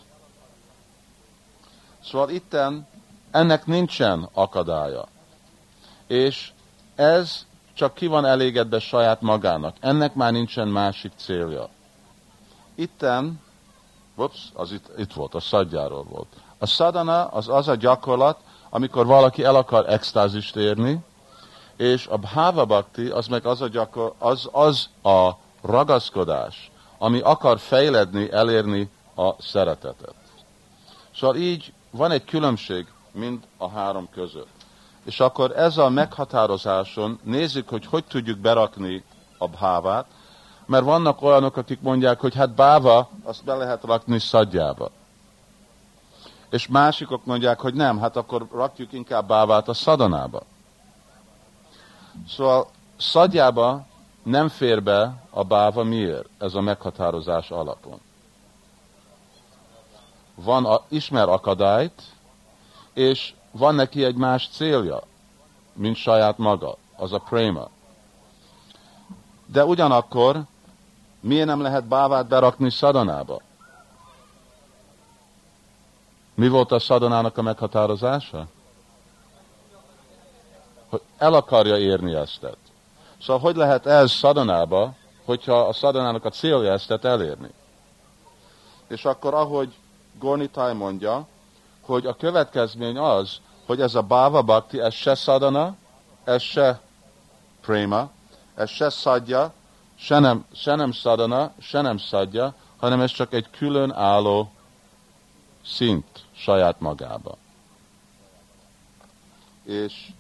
Szóval itten ennek nincsen akadálya. És ez csak ki van elégedve saját magának. Ennek már nincsen másik célja. Itten, itt volt, a szadjáról volt. A szadana az a gyakorlat, amikor valaki el akar extázist érni, és a bhava bhakti az meg az a ragaszkodás, ami akar fejledni, elérni a szeretetet. Szóval így van egy különbség mind a három között. És akkor ez a meghatározáson nézzük, hogy tudjuk berakni a bhávát, mert vannak olyanok, akik mondják, hogy hát báva, azt be lehet rakni szadjába. És másikok mondják, hogy nem, hát akkor rakjuk inkább bávát a szadanába. Szóval szadjába nem fér be a báva, miért? Ez a meghatározás alapon. Ismer akadályt, és van neki egy más célja, mint saját maga, az a préma. De ugyanakkor miért nem lehet bávát berakni szadanába? Mi volt a szadanának a meghatározása? Hogy el akarja érni ezt. Szóval hogy lehet ez szadanába, hogyha a szadanának a célja ezt elérni? És akkor ahogy Gornitai mondja, hogy a következmény az, hogy ez a bhava bhakti, ez se szadana, ez se préma, ez se szadja, se nem szadana, se nem szadja, hanem ez csak egy külön álló szint saját magába. És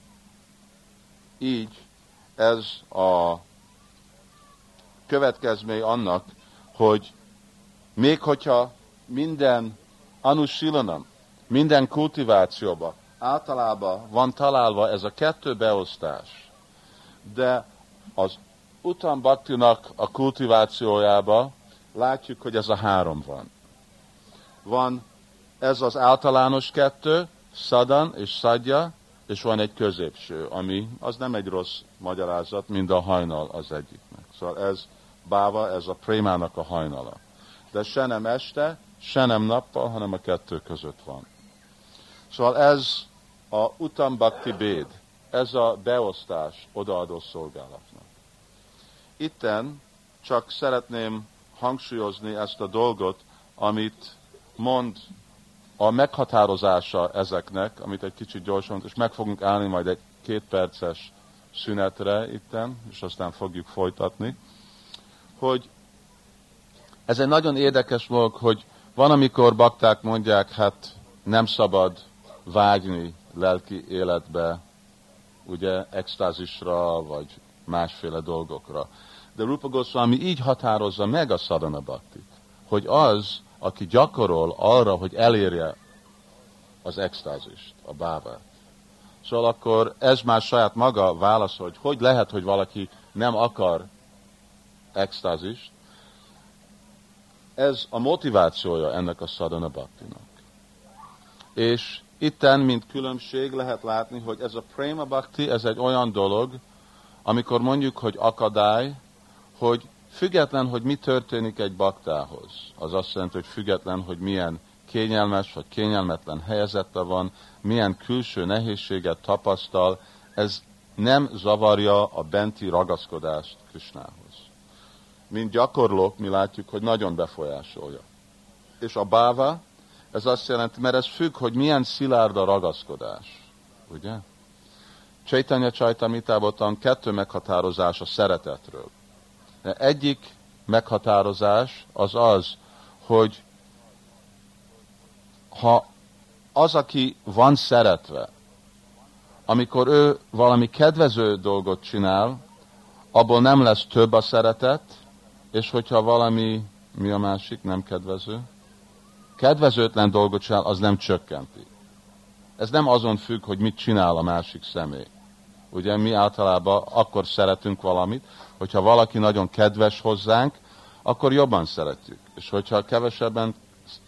így ez a következmény annak, hogy még hogyha minden anusilanam, minden kultivációba általában van találva ez a kettő beosztás, de az Uttam Bhaktinak a kultivációjába látjuk, hogy ez a három van. Van ez az általános kettő, szadan és szadja, és van egy középső, ami az nem egy rossz magyarázat, mint a hajnal az egyiknek. Szóval ez báva, ez a prémának a hajnala. De se nem este, se nem nappal, hanem a kettő között van. Szóval ez a Uttam Bhakti Béd, ez a beosztás odaadó szolgálatnak. Itten csak szeretném hangsúlyozni ezt a dolgot, amit mond a meghatározása ezeknek, amit egy kicsit gyorsan, és meg fogunk állni majd egy 2 perces szünetre itten, és aztán fogjuk folytatni, hogy ez egy nagyon érdekes dolog, hogy van, amikor bakták mondják, hát nem szabad vágyni lelki életbe, ugye, extázisra, vagy másféle dolgokra. De Rupa Goswami így határozza meg a sadhana bhaktit, hogy az, aki gyakorol arra, hogy elérje az extázist, a bávát. Szóval akkor ez már saját maga válaszol, hogy lehet, hogy valaki nem akar extázist. Ez a motivációja ennek a sadhana bhaktinak. És itten, mint különbség lehet látni, hogy ez a prema bhakti, ez egy olyan dolog, amikor mondjuk, hogy akadály, hogy független, hogy mi történik egy baktához. Az azt jelenti, hogy független, hogy milyen kényelmes vagy kényelmetlen helyzete van, milyen külső nehézséget tapasztal, ez nem zavarja a benti ragaszkodást Krisnához. Mint gyakorlók, mi látjuk, hogy nagyon befolyásolja. És a báva, ez azt jelenti, mert ez függ, hogy milyen szilárd a ragaszkodás. Ugye? Chaitanya Charitamritában 2 meghatározás a szeretetről. De egyik meghatározás az az, hogy ha az, aki van szeretve, amikor ő valami kedvező dolgot csinál, abból nem lesz több a szeretet, és hogyha valami, mi a másik, nem kedvező? Kedvezőtlen dolgot csinál, az nem csökkenti. Ez nem azon függ, hogy mit csinál a másik személy. Ugye mi általában akkor szeretünk valamit, hogyha valaki nagyon kedves hozzánk, akkor jobban szeretjük. És hogyha kevesebben,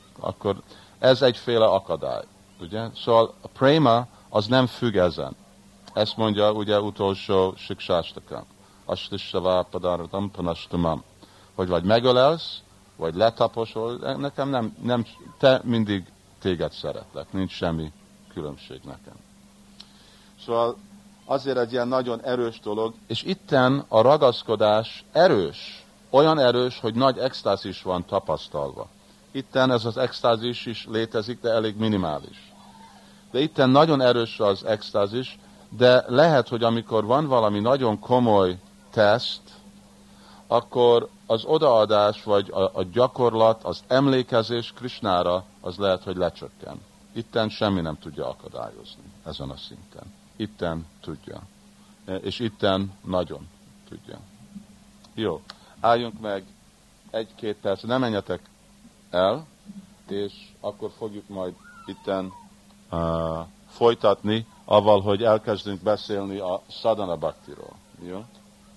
akkor ez egyféle akadály. Ugye? Szóval a préma az nem függ ezen. Ezt mondja ugye utolsó Siksástakam. Astissavá padáratam panastamam. Hogy vagy megölelsz, vagy letaposol, nekem nem, te mindig téged szeretlek, nincs semmi különbség nekem. Szóval azért egy ilyen nagyon erős dolog, és itten a ragaszkodás erős, olyan erős, hogy nagy extázis van tapasztalva. Itten ez az extázis is létezik, de elég minimális. De itten nagyon erős az extázis, de lehet, hogy amikor van valami nagyon komoly teszt, akkor az odaadás, vagy a gyakorlat, az emlékezés Krisnára, az lehet, hogy lecsökken. Itten semmi nem tudja akadályozni ezen a szinten. Itten tudja. És itten nagyon tudja. Jó, álljunk meg 1-2 perc, nem menjetek el, és akkor fogjuk majd itten folytatni, avval, hogy elkezdünk beszélni a sadhana bhaktiról. Jó?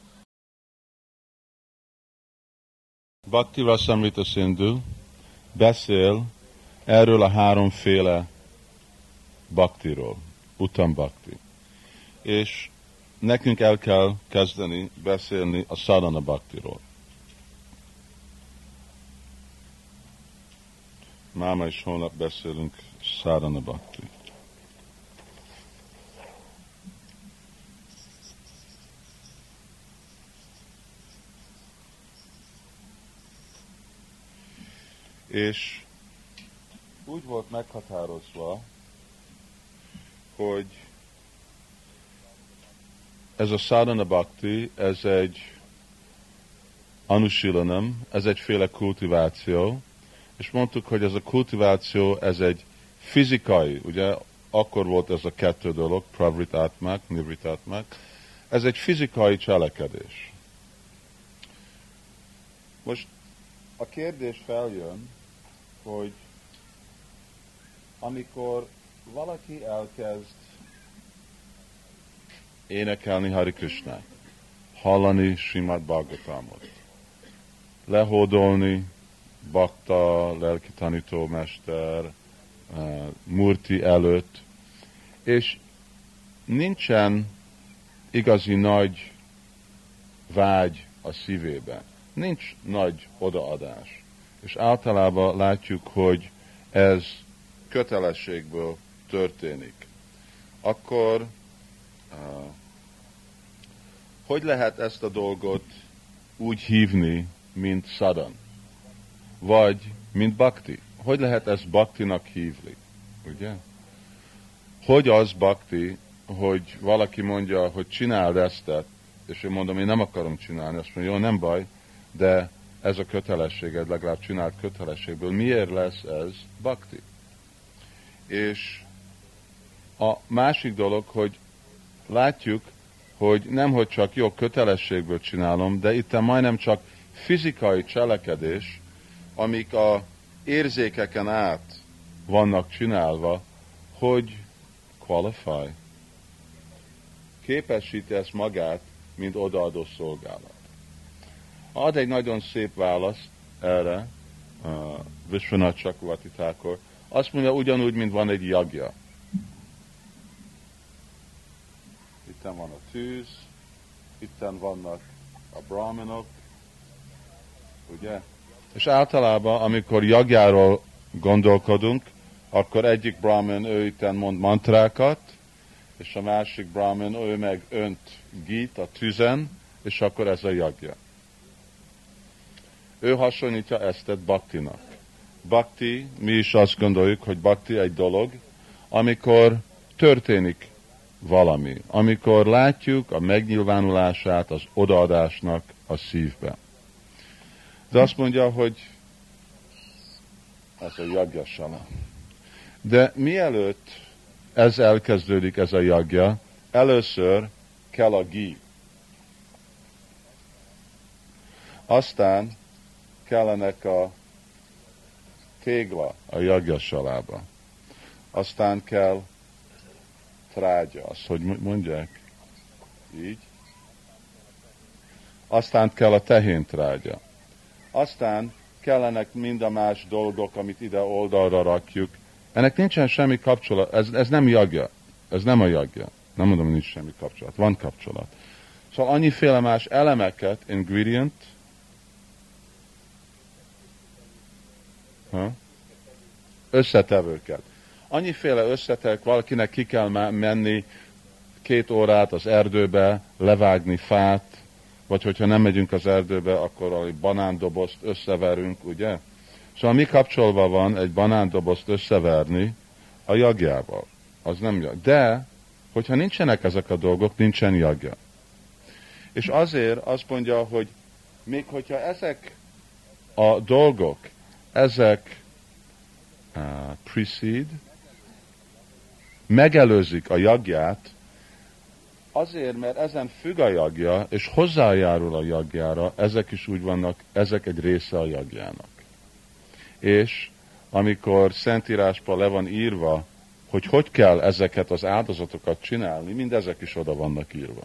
Bhakti Rasamrita Sindhu beszél erről a háromféle bhaktiról, Uttam Bhakti. És nekünk el kell kezdeni beszélni a sadhana bhaktiról. Máma és holnap beszélünk sadhana bhakti. És úgy volt meghatározva, hogy ez a sadhana bhakti, ez egy anusilanam, ez egyféle kultiváció, és mondtuk, hogy ez a kultiváció, ez egy fizikai, ugye akkor volt ez a 2 dolog, pravritatmak, nivritatmak, ez egy fizikai cselekedés. Most a kérdés feljön, hogy amikor valaki elkezd énekelni Hari Krishnát, hallani Srimad Bhagavatamot, lehódolni bakta, lelki tanítómester, murti előtt, és nincsen igazi nagy vágy a szívében, nincs nagy odaadás. És általában látjuk, hogy ez kötelességből történik. Akkor hogy lehet ezt a dolgot úgy hívni, mint sadhan? Vagy mint bhakti? Hogy lehet ezt bhaktinak hívni? Ugye? Hogy az bhakti, hogy valaki mondja, hogy csináld ezt, és én mondom, én nem akarom csinálni, azt mondja, jó, nem baj, de ez a kötelességed, legalább csinált kötelességből. Miért lesz ez bhakti? És a másik dolog, hogy látjuk, hogy nemhogy csak jó kötelességből csinálom, de itt majdnem csak fizikai cselekedés, amik a érzékeken át vannak csinálva, hogy qualify. Képesíti ezt magát, mint odaadó szolgálat. Ad egy nagyon szép választ erre, Vishwanath Chakravarti Thakur. Azt mondja, ugyanúgy, mint van egy jagja. Itten van a tűz, itten vannak a brahmanok, ugye? És általában, amikor jagjáról gondolkodunk, akkor egyik brahman, ő itten mond mantrákat, és a másik brahman, ő meg önt gít a tüzen, és akkor ez a jagja. Ő hasonlítja ezt bhaktinak. Bhakti, mi is azt gondoljuk, hogy bhakti egy dolog, amikor történik valami, amikor látjuk a megnyilvánulását az odaadásnak a szívbe. De azt mondja, hogy ez a jagyasala. De mielőtt ez elkezdődik, ez a jagya, először kell a gí. Aztán kellenek a tégla a jagyasalába. Aztán kell trágya, azt hogy mondják? Így. Aztán kell a tehéntrágya. Aztán kellenek mind a más dolgok, amit ide oldalra rakjuk. Ennek nincsen semmi kapcsolat, ez nem jagya. Ez nem a jagya. Nem mondom, hogy nincs semmi kapcsolat. Van kapcsolat. Szóval annyiféle más elemeket, ingredient, összetevőket. Annyiféle összetevők, valakinek ki kell menni 2 órát az erdőbe, levágni fát, vagy hogyha nem megyünk az erdőbe, akkor a banándobozt összeverünk, ugye? Szóval mi kapcsolva van egy banándobozt összeverni a jagjával? Az nem jag. De, hogyha nincsenek ezek a dolgok, nincsen jagja. És azért azt mondja, hogy még hogyha ezek a dolgok, ezek precede, megelőzik a jagját, azért, mert ezen függ a jagja, és hozzájárul a jagjára, ezek is úgy vannak, ezek egy része a jagjának. És amikor Szentírásban le van írva, hogy kell ezeket az áldozatokat csinálni, mindezek is oda vannak írva.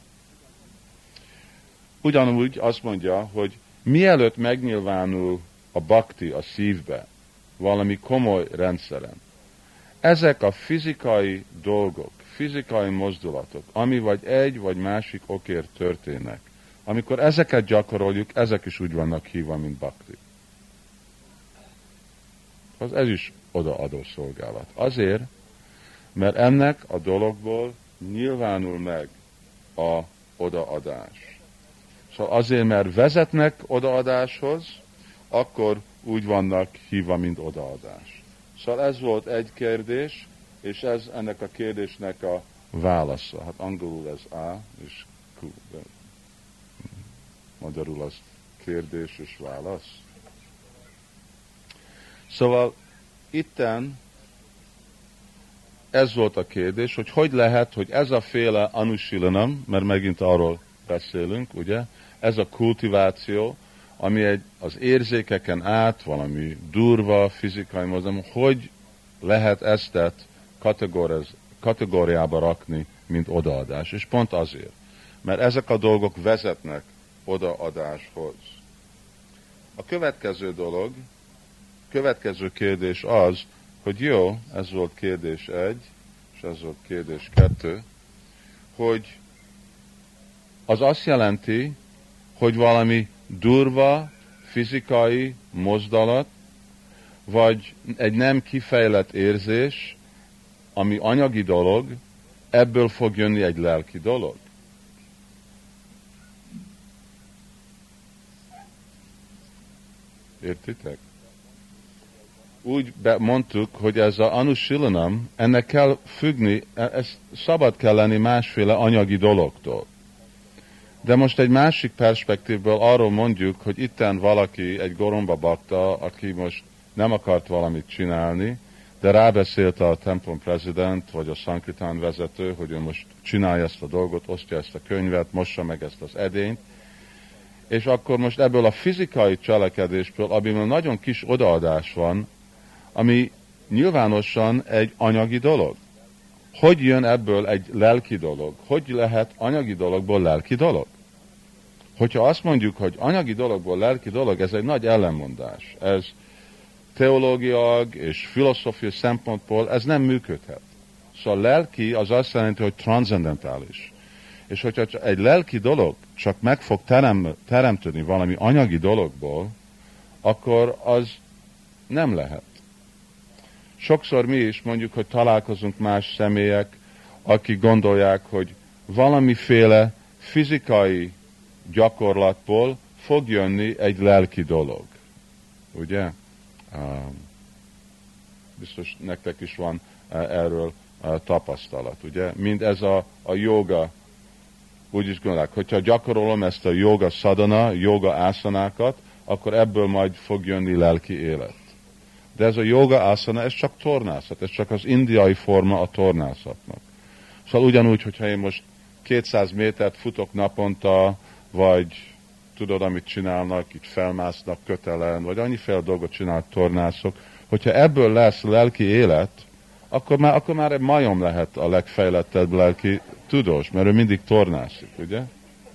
Ugyanúgy azt mondja, hogy mielőtt megnyilvánul a bhakti a szívbe, valami komoly rendszeren, ezek a fizikai dolgok, fizikai mozdulatok, ami vagy egy vagy másik okért történnek, amikor ezeket gyakoroljuk, ezek is úgy vannak hívva, mint bhakti. Ez is odaadó szolgálat. Azért, mert ennek a dologból nyilvánul meg a odaadás. Szóval azért, mert vezetnek odaadáshoz, akkor úgy vannak hívva, mint odaadás. Szóval ez volt egy kérdés, és ez ennek a kérdésnek a válasza. Hát angolul ez A, és Q. Magyarul az kérdés és válasz. Szóval itten ez volt a kérdés, hogy lehet, hogy ez a féle anusilanam, mert megint arról beszélünk, ugye, ez a kultiváció, ami az érzékeken át, valami durva, fizikai mozdulom, hogy lehet ezt kategóriába rakni, mint odaadás. És pont azért, mert ezek a dolgok vezetnek odaadáshoz. A következő kérdés az, hogy jó, ez volt kérdés 1, és ez volt kérdés 2, hogy az azt jelenti, hogy valami durva, fizikai mozdulat, vagy egy nem kifejlett érzés, ami anyagi dolog, ebből fog jönni egy lelki dolog. Értitek? Úgy mondtuk, hogy ez a anusilanam, ennek kell függni, ez szabad kell lenni másféle anyagi dologtól. De most egy másik perspektívből arról mondjuk, hogy itten valaki, egy goromba bakta, aki most nem akart valamit csinálni, de rábeszélt a templom prezident, vagy a Sankirtan vezető, hogy ő most csinálja ezt a dolgot, osztja ezt a könyvet, mossa meg ezt az edényt, és akkor most ebből a fizikai cselekedésből, amiből nagyon kis odaadás van, ami nyilvánosan egy anyagi dolog. Hogy jön ebből egy lelki dolog? Hogy lehet anyagi dologból lelki dolog? Hogyha azt mondjuk, hogy anyagi dologból lelki dolog, ez egy nagy ellenmondás. Ez teológiailag és filozófiai szempontból ez nem működhet. Szóval lelki az azt jelenti, hogy transzendentális. És hogyha egy lelki dolog csak meg fog teremteni valami anyagi dologból, akkor az nem lehet. Sokszor mi is mondjuk, hogy találkozunk más személyek, akik gondolják, hogy valamiféle fizikai gyakorlatból fog jönni egy lelki dolog. Ugye? Biztos nektek is van erről tapasztalat, ugye? Mind ez a joga, úgy is gondolják, hogyha gyakorolom ezt a joga sadhana, joga ászanákat, akkor ebből majd fog jönni lelki élet. De ez a joga aszana, ez csak tornászat, ez csak az indiai forma a tornászatnak. Szóval ugyanúgy, hogyha én most 200 métert futok naponta, vagy tudod, amit csinálnak, itt felmásznak kötelen, vagy annyiféle dolgot csinálnak tornászok, hogyha ebből lesz lelki élet, akkor már egy majom lehet a legfejlettebb lelki tudós, mert ő mindig tornászik, ugye?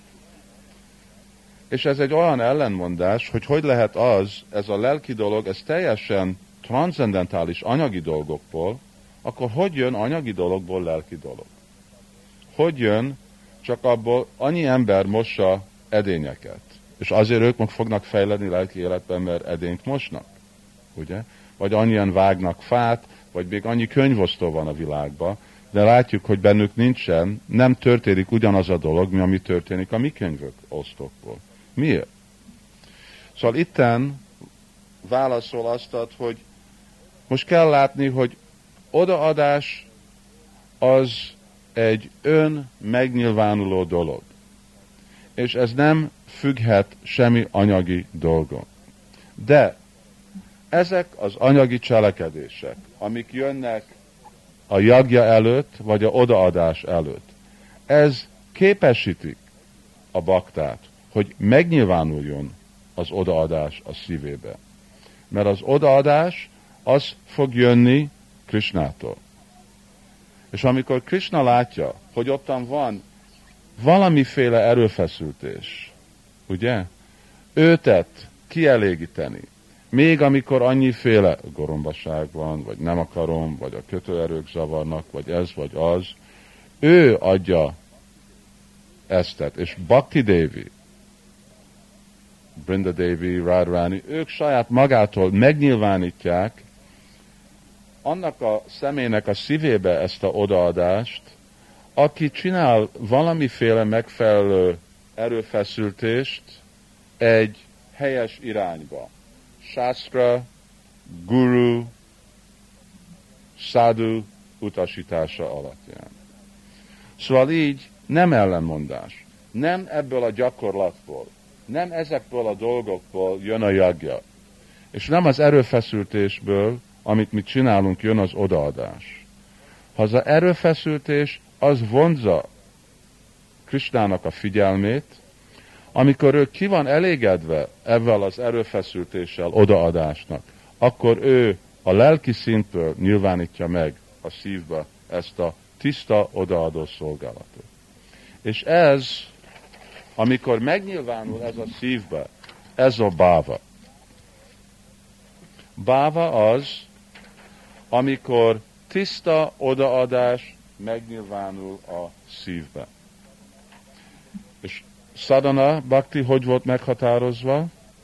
És ez egy olyan ellenmondás, hogy lehet az, ez a lelki dolog, ez teljesen transzendentális anyagi dolgokból, akkor hogy jön anyagi dologból lelki dolog? hogy jön, csak abból annyi ember mossa edényeket. És azért ők meg fognak fejledni lelki életben, mert edényt mosnak. Ugye? Vagy annyian vágnak fát, vagy még annyi könyvosztó van a világban, de látjuk, hogy bennük nincsen, nem történik ugyanaz a dolog, mi ami történik a mi könyvök osztókból. Miért? Szóval itten válaszol azt ad, hogy most kell látni, hogy odaadás az egy ön megnyilvánuló dolog. És ez nem függhet semmi anyagi dolgon. De ezek az anyagi cselekedések, amik jönnek a jagja előtt, vagy a odaadás előtt, ez képesítik a baktát, hogy megnyilvánuljon az odaadás a szívébe. Mert az odaadás, az fog jönni Krisnától. És amikor Krishna látja, hogy ottan van valamiféle erőfeszültés, ugye? Őtet kielégíteni. Még amikor annyiféle gorombaság van, vagy nem akarom, vagy a kötőerők zavarnak, vagy ez, vagy az, ő adja eztet. És Bhakti Devi, Brinda Devi, Radharani, ők saját magától megnyilvánítják annak a személynek a szívébe ezt a odaadást, aki csinál valamiféle megfelelő erőfeszültést egy helyes irányba. Shastra, Guru, Sadhu utasítása alapján. Szóval így nem ellenmondás. Nem ebből a gyakorlatból, nem ezekből a dolgokból jön a jagja. És nem az erőfeszültésből, amit mi csinálunk, jön az odaadás. Ha az erőfeszültés, az vonzza Krisnának a figyelmét, amikor ő ki van elégedve ezzel az erőfeszültéssel, odaadásnak, akkor ő a lelki szintből nyilvánítja meg a szívbe ezt a tiszta odaadó szolgálatot. És ez, amikor megnyilvánul ez a szívbe, ez a báva. Báva az, amikor tiszta odaadás megnyilvánul a szívbe. És sadhana, bhakti hogy volt meghatározva?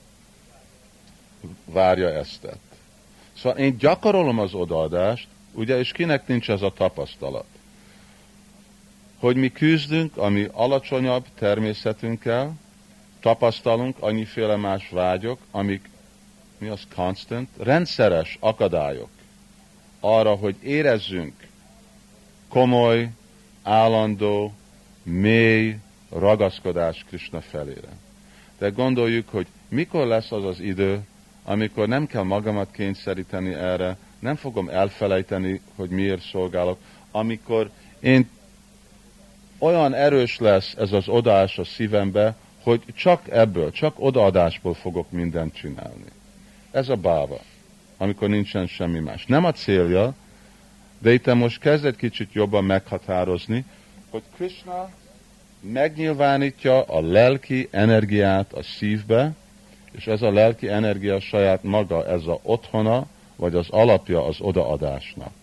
Várja eztet. Szóval én gyakorolom az odaadást, ugye, és kinek nincs ez a tapasztalat? Hogy mi küzdünk a mi alacsonyabb természetünkkel, tapasztalunk annyiféle más vágyok, amik, mi az constant, rendszeres akadályok arra, hogy érezzünk komoly, állandó, mély ragaszkodás Krishna felére. De gondoljuk, hogy mikor lesz az az idő, amikor nem kell magamat kényszeríteni erre, nem fogom elfelejteni, hogy miért szolgálok, amikor én olyan erős lesz ez az odaadás a szívembe, hogy csak ebből, csak odaadásból fogok mindent csinálni. Ez a báva, amikor nincsen semmi más. Nem a célja, de itt most kezd egy kicsit jobban meghatározni, hogy Krishna megnyilvánítja a lelki energiát a szívbe, és ez a lelki energia saját maga, ez a otthona, vagy az alapja az odaadásnak.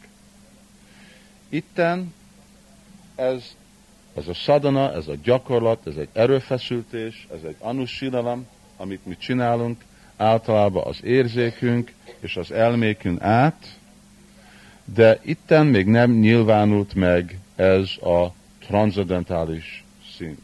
Itten ez a sadhana, ez a gyakorlat, ez egy erőfeszültés, ez egy anusilalam, amit mi csinálunk, általában az érzékünk és az elmékünk át, de itten még nem nyilvánult meg ez a transzendentális szint.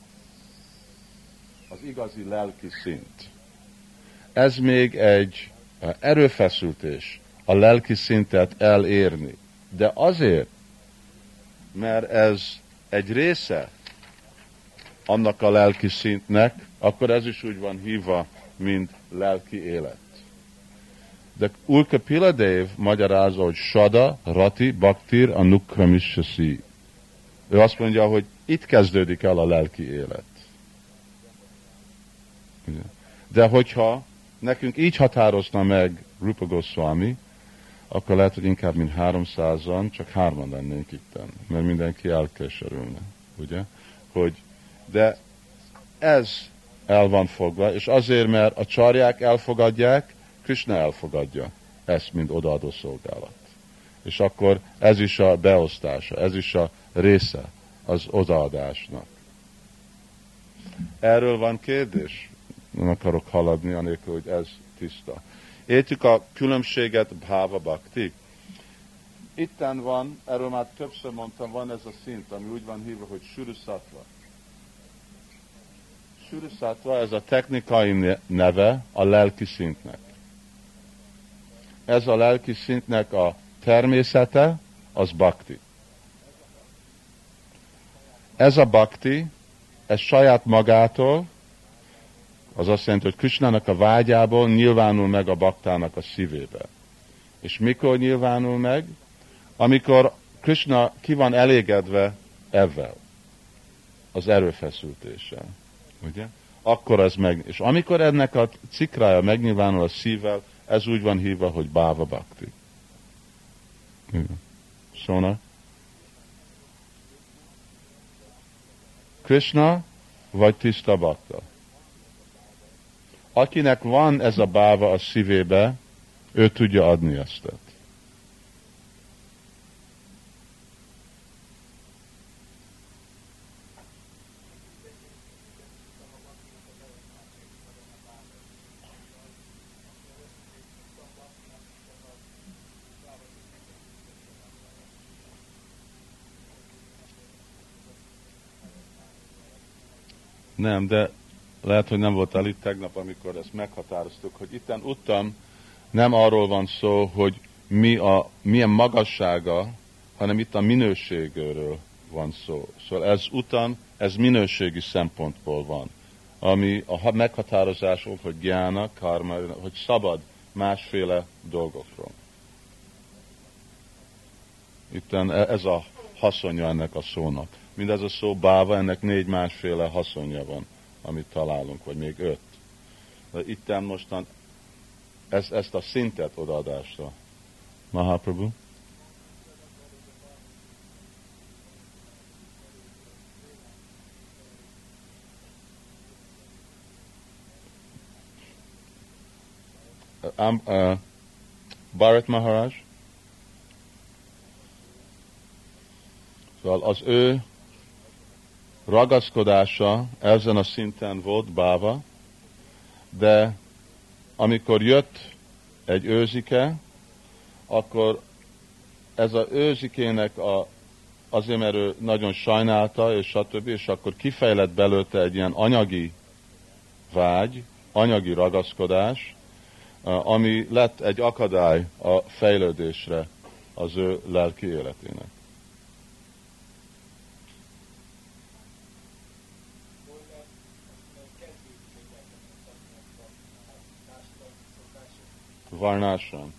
Az igazi lelki szint. Ez még egy erőfeszültés a lelki szintet elérni. De azért, mert ez egy része annak a lelki szintnek, akkor ez is úgy van hívva, mint lelki élet. De Ulkapila Dev magyarázza, hogy Sada, Rati, Bhaktir, Anukramisasi. Ő azt mondja, hogy itt kezdődik el a lelki élet. De hogyha nekünk így határozna meg Rupa Goswami, akkor lehet, hogy inkább mint 300-an, csak 3-an lennénk itten, mert mindenki elkeserülne, ugye? De ez el van fogva, és azért, mert a csarják elfogadják, Krishna elfogadja ezt, mint odaadó szolgálat. És akkor ez is a beosztása, ez is a része az odaadásnak. Erről van kérdés? Nem akarok haladni, anélkül, hogy ez tiszta. Értjük a különbséget bhava bhakti? Itten van, erről már többször mondtam, van ez a szint, ami úgy van hívva, hogy surusattva. Surusattva, ez a technikai neve a lelki szintnek. Ez a lelki szintnek a természete, az bhakti. Ez a bhakti, ez saját magától, az azt jelenti, hogy Krisnának a vágyából nyilvánul meg a baktának a szívébe. És mikor nyilvánul meg? Amikor Krishna ki van elégedve ezzel, az erőfeszültéssel. Ugye? Akkor ez meg. És amikor ennek a cikrája megnyilvánul a szívvel, ez úgy van hívva, hogy bhava bhakti. Szóna? Krishna vagy tiszta bakta. Akinek van ez a báva a szívébe, ő tudja adni ezt. Nem, de lehet, hogy nem voltál itt tegnap, amikor ezt meghatároztuk, hogy itten uttam nem arról van szó, hogy milyen magassága, hanem itt a minőségről van szó. Szóval ez utam, ez minőségi szempontból van. Ami a meghatározások, hogy gyána, karma, hogy szabad másféle dolgokról. Itten ez a haszonja ennek a szónak. Mindez a szó báva, ennek 4 másféle haszonja van, amit találunk, vagy még 5. De itten mostan ezt a szintet odaadásra. Mahaprabhu? Bharat Maharaj? Szóval az ő ragaszkodása ezen a szinten volt báva, de amikor jött egy őzike, akkor ez az őzikének azért, mert ő nagyon sajnálta, és stb., és akkor kifejlett belőle egy ilyen anyagi vágy, anyagi ragaszkodás, ami lett egy akadály a fejlődésre az ő lelki életének. Varnásram.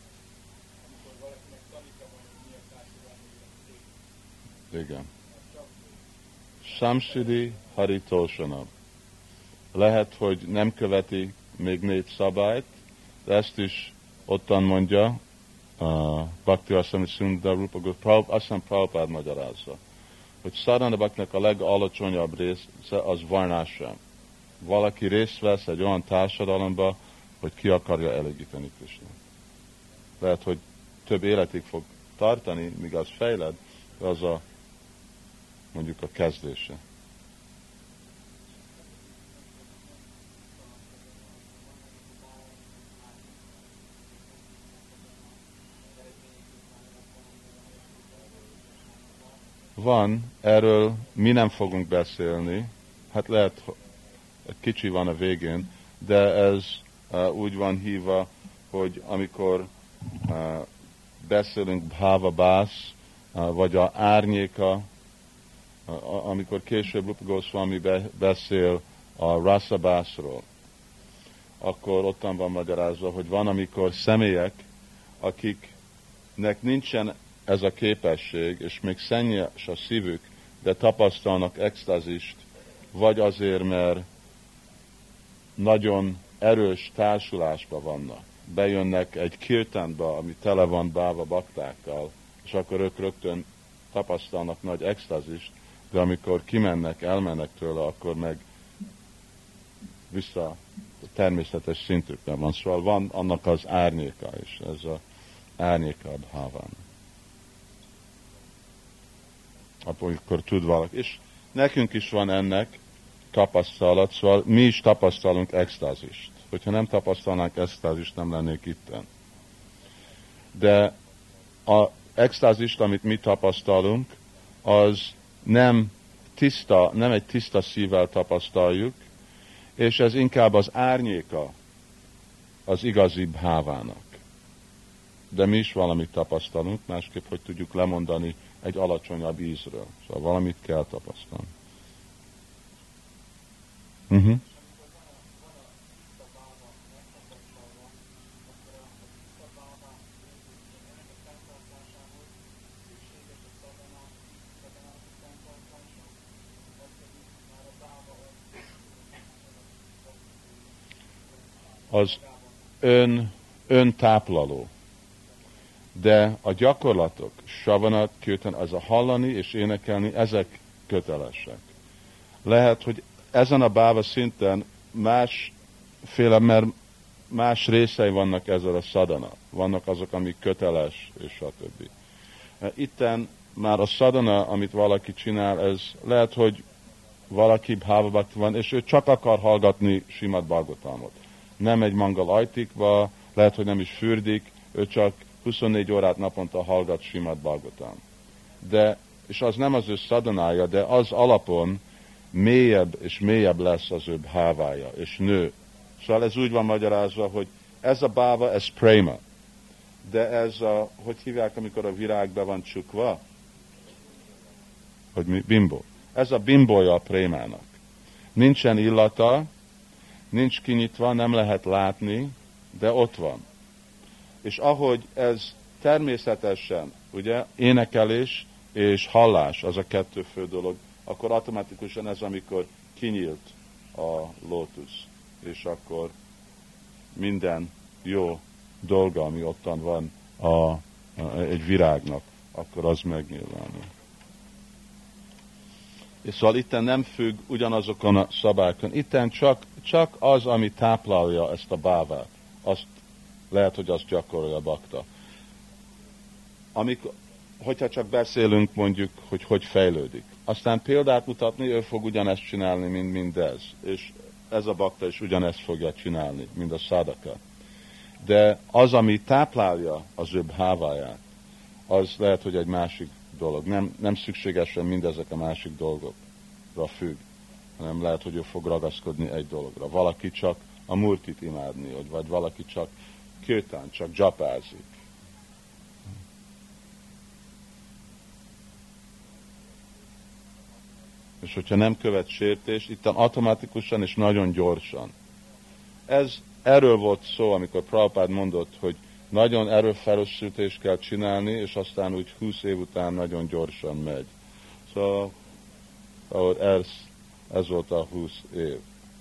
Igen. Samsidi Haritoshanab. Lehet, hogy nem követi még 4 szabályt, de ezt is ottan mondja Bhakti Rasami Sundar Rupa Goswami, aztán Prabhupád magyarázza, hogy Sadhana Bhaktinak a legalacsonyabb része az Varnásram. Valaki részt vesz egy olyan társadalomba, hogy ki akarja elégíteni Krisnát. Lehet, hogy több életig fog tartani, míg az fejled, de az mondjuk a kezdése. Van, erről mi nem fogunk beszélni, hát lehet, egy kicsi van a végén, de ez úgy van hívva, hogy amikor beszélünk bhava bász, vagy a árnyéka, amikor később Rupa Goswami beszél a rasszabászról, akkor ottan van magyarázva, hogy van, amikor személyek, akiknek nincsen ez a képesség, és még szennyes a szívük, de tapasztalnak extázist, vagy azért, mert nagyon erős társulásban vannak. Bejönnek egy kirtánba, ami tele van báva baktákkal, és akkor ők rögtön tapasztalnak nagy extázist, de amikor kimennek, elmennek tőle, akkor meg vissza a természetes szintükben van. Szóval van annak az árnyéka is, ez az árnyéka a bháván. amikor tud valaki. És nekünk is van ennek tapasztalat, szóval mi is tapasztalunk extázist. Hogyha nem tapasztalnánk extázist, nem lennék itten. De az extázist, amit mi tapasztalunk, az nem egy tiszta szívvel tapasztaljuk, és ez inkább az árnyéka az igazi bhávának. De mi is valamit tapasztalunk, másképp, hogy tudjuk lemondani egy alacsonyabb ízről. Szóval valamit kell tapasztalni. Az öntáplaló. De a gyakorlatok, savanat, kirtan, az a hallani és énekelni, ezek kötelesek. Lehet, hogy ezen a báva szinten másféle, mert más részei vannak ezzel a szadana. Vannak azok, amik köteles, és stb. Itten már a szadana, amit valaki csinál, ez lehet, hogy valaki bhávabhakti van, és ő csak akar hallgatni Simad Bhagavatamot. Nem egy mangal ajtikba, lehet, hogy nem is fürdik, ő csak 24 órát naponta hallgat Simad Bhagavatam. És az nem az ő szadanája, de az alapon mélyebb és mélyebb lesz az ő bhávája, és nő. Szóval ez úgy van magyarázva, hogy ez a báva, ez prema. De ez hogy hívják, amikor a virág be van csukva? Hogy mi? Bimbo. Ez a bimbója a prémának. Nincsen illata, nincs kinyitva, nem lehet látni, de ott van. És ahogy ez természetesen, ugye, énekelés és hallás, az a kettő fő dolog, akkor automatikusan ez, amikor kinyílt a lótusz, és akkor minden jó dolga, ami ottan van egy virágnak, akkor az megnyilvánul. És szóval itten nem függ ugyanazokon a szabályokon. Itten csak az, ami táplálja ezt a bávát, azt lehet, hogy azt gyakorolja a bakta. Hogyha csak beszélünk mondjuk, hogy fejlődik. Aztán példát mutatni, ő fog ugyanezt csinálni, mint mindez. És ez a bakta is ugyanezt fogja csinálni, mint a szádaka. De az, ami táplálja az ő bháváját, az lehet, hogy egy másik dolog. Nem szükségesen mindezek a másik dolgokra függ, hanem lehet, hogy ő fog ragaszkodni egy dologra. Valaki csak a murtit imádni, vagy valaki csak kirtán, csak japázik. És hogyha nem követ sértést, itt automatikusan és nagyon gyorsan. Erről volt szó, amikor Prabhupád mondott, hogy nagyon erőfelszítést kell csinálni, és aztán úgy 20 év után nagyon gyorsan megy. Szóval ez volt a 20 év.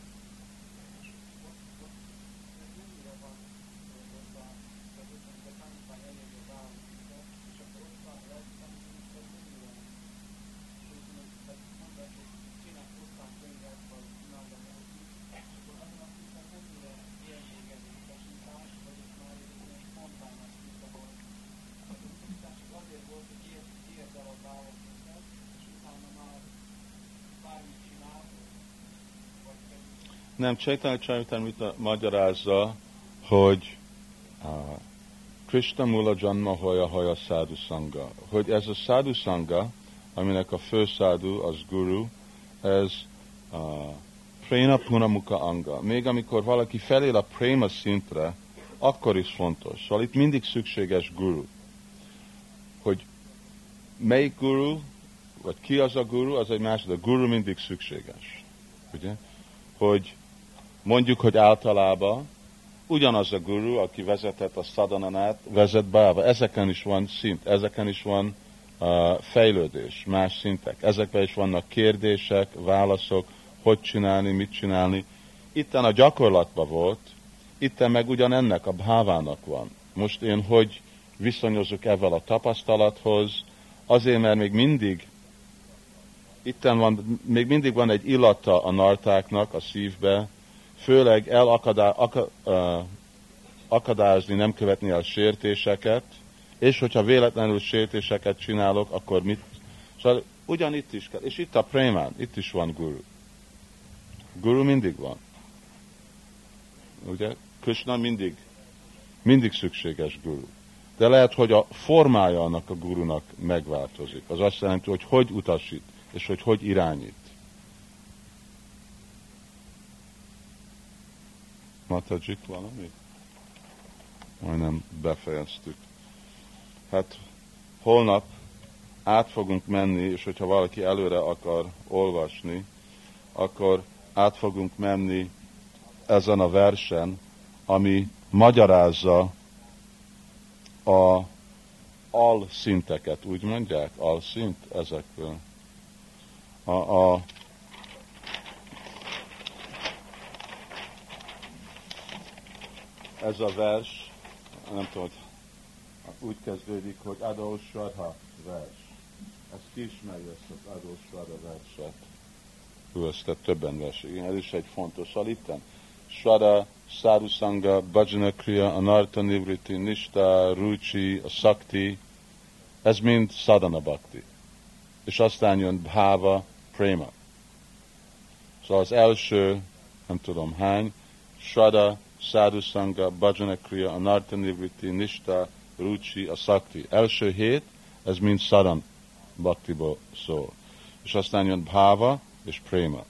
Nem, Chaitanya Charitamrita magyarázza, hogy Krishna Mula Janma Hoya Hoya Sadhu Sangha, hogy ez a Sadhu Sangha, aminek a fő sadhu, az guru, ez Prema Punamuka Anga. Még amikor valaki felél a Prema szintre, akkor is fontos. Szóval itt mindig szükséges guru. Hogy melyik guru, vagy ki az a guru, az egy másik, de guru mindig szükséges. Ugye? Hogy mondjuk, hogy általában ugyanaz a guru, aki vezetett a szadananát, vezet báva. Ezeken is van szint, ezeken is van fejlődés, más szintek. Ezekben is vannak kérdések, válaszok, hogy csinálni, mit csinálni. Itten a gyakorlatban volt, itten meg ugyanennek a bhávának van. Most én hogy viszonyozok ezzel a tapasztalathoz, azért, mert még mindig még mindig van egy illata a nartáknak a szívbe, főleg akadályozni, nem követni el sértéseket, és hogyha véletlenül sértéseket csinálok, akkor mit? Szóval ugyanitt is kell. És itt a prémán, itt is van guru. Guru mindig van. Ugye? Krishna mindig szükséges guru. De lehet, hogy a formája annak a gurunak megváltozik. Az azt jelenti, hogy utasít, és hogy irányít. Matajik valami? Majdnem befejeztük. Hát holnap át fogunk menni, és hogyha valaki előre akar olvasni, akkor át fogunk menni ezen a versen, ami magyarázza a alszinteket, úgy mondják? Alszint ezekből. Ez a vers, nem tudom, úgy kezdődik, hogy Adó Shraddha vers. Ezt ki ismeri, ezt az Adó Shraddha verset. Ezt többen vers. Igen, ez is egy fontos. Szóval itten Shraddha, Sadhusanga, Bhajana Kriya, Anartha Nivriti, Nishta, Ruchi, a Sakti, ez mind Sadhana Bhakti. És aztán jön Bhava, Prema. Szóval az első, nem tudom hány, Shraddha, Sadhusanga, Bhajana Kriya, Anartha Nivriti, Nishta, Ruchi, a Sakti. Első 7, ez mind Sadhana Bhaktiból szól. És aztán jön Bhava és Prema.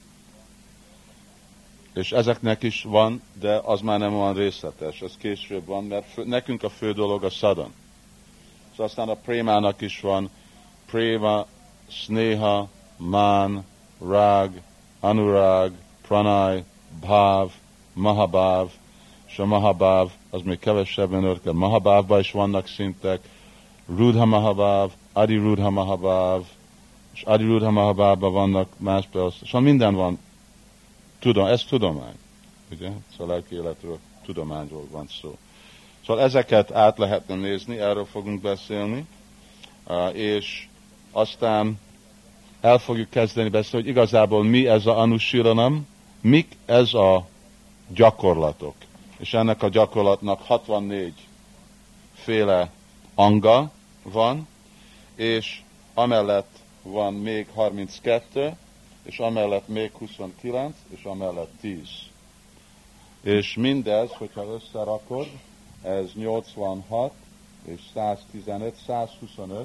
És ezeknek is van, de az már nem olyan részletes, ez később van, mert nekünk a fő dolog a sadhana. Szóval aztán a prémának is van préma, sneha, mán, rág, anurag, pranay, bhav, mahabhav, és a mahabhav, az még kevesebben örkel. Mahabhavban is vannak szintek, rudha mahabhav, adi rudha mahabhav, és adi rudha mahabhavban vannak más beosztások. Szóval minden van. Ez tudomány, ugye? Szóval lelki életről, tudományról van szó. Szóval ezeket át lehetne nézni, erről fogunk beszélni, és aztán el fogjuk kezdeni beszélni, hogy igazából mi ez a anusilanam, mik ez a gyakorlatok. És ennek a gyakorlatnak 64 féle anga van, és amellett van még 32, és amellett még 29, és amellett 10. És mindez, hogyha összerakod, ez 86, és 115, 125,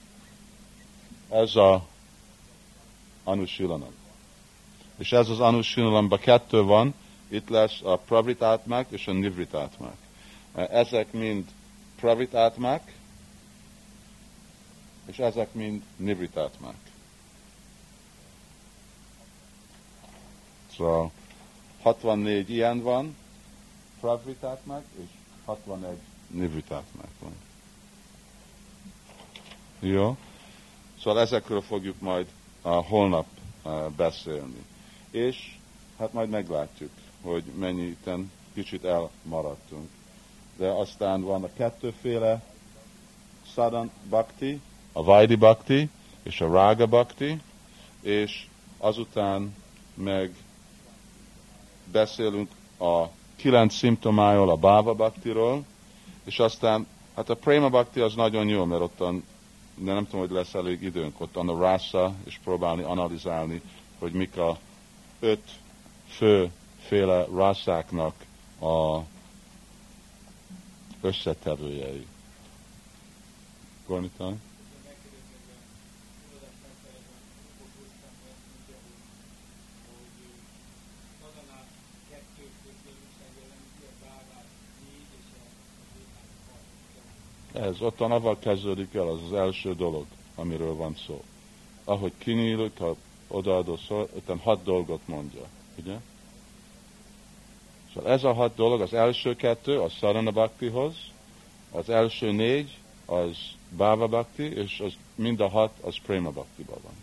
ez a anusilanam. És ez az anusilanamban 2 van, itt lesz a pravritátmák és a nivritátmák. Ezek mind pravritátmák, és ezek mind nivritátmák. Szóval 64 ilyen van, pravritátmák, és 61 nivritátmák van. Jó? Szóval ezekről fogjuk majd holnap beszélni. És hát majd meglátjuk, hogy mennyiten kicsit elmaradtunk. De aztán van a 2 féle sadhana bhakti, a vaidhi bhakti és a raga bhakti, és azután meg beszélünk a 9 szimptomáról, a bhava bhaktiról, és aztán, hát a prema bhakti az nagyon jó, mert ottan, de nem tudom, hogy lesz elég időnk, ottan a rasa, és próbálni analizálni, hogy mik a 5 főféle raszáknak a összetevőjei. Gornitai? Ez ottan avval kezdődik el, az az első dolog, amiről van szó. Ahogy kinyílik, ha odaadó szó, utána 6 dolgot mondja. Ugye? Szóval ez a 6 dolog, az első 2 a sadhana bhaktihoz, az első 4 az bhava bhakti, és az mind a 6 az prema bhaktiban van.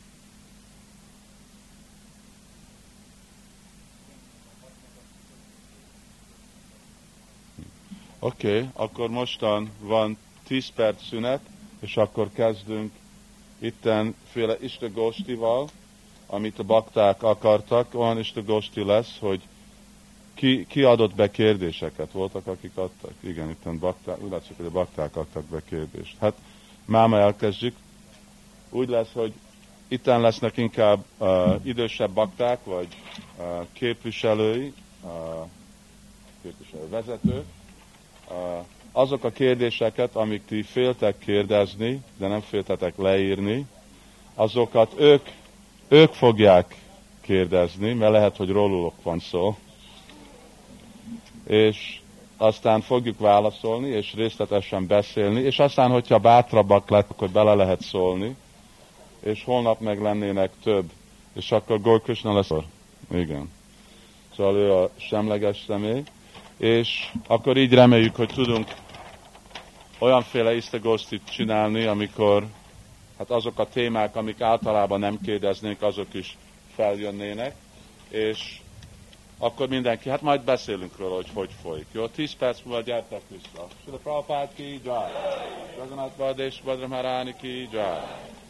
Oké, akkor mostan van 10 perc szünet, és akkor kezdünk itten féle Ishtagoshtival, amit a bakták akartak. Olyan Ishtagoshti lesz, hogy ki adott be kérdéseket. Voltak, akik adtak? Igen, itten bakták, úgy látszik, hogy a bakták adtak be kérdést. Hát máma elkezdjük. Úgy lesz, hogy itten lesznek inkább idősebb bakták, vagy képviselői, képviselővezetők. Azok a kérdéseket, amik ti féltek kérdezni, de nem féltetek leírni, azokat ők fogják kérdezni, mert lehet, hogy róluk van szó. És aztán fogjuk válaszolni, és részletesen beszélni, és aztán, hogyha bátrabbak lett, akkor bele lehet szólni, és holnap meg lennének több, és akkor Gaur Krishna lesz. Igen. Szóval ő a semleges személy, és akkor így reméljük, hogy tudunk olyanféle isztagosztit csinálni, amikor hát azok a témák, amik általában nem kérdeznénk, azok is feljönnének, és akkor mindenki, hát majd beszélünk róla, hogy folyik. Jó, 10 perc múlva gyertek vissza. Srila Prabhupád ki, jai. Jagannath Baladev Subhadra Maharani ki, jai.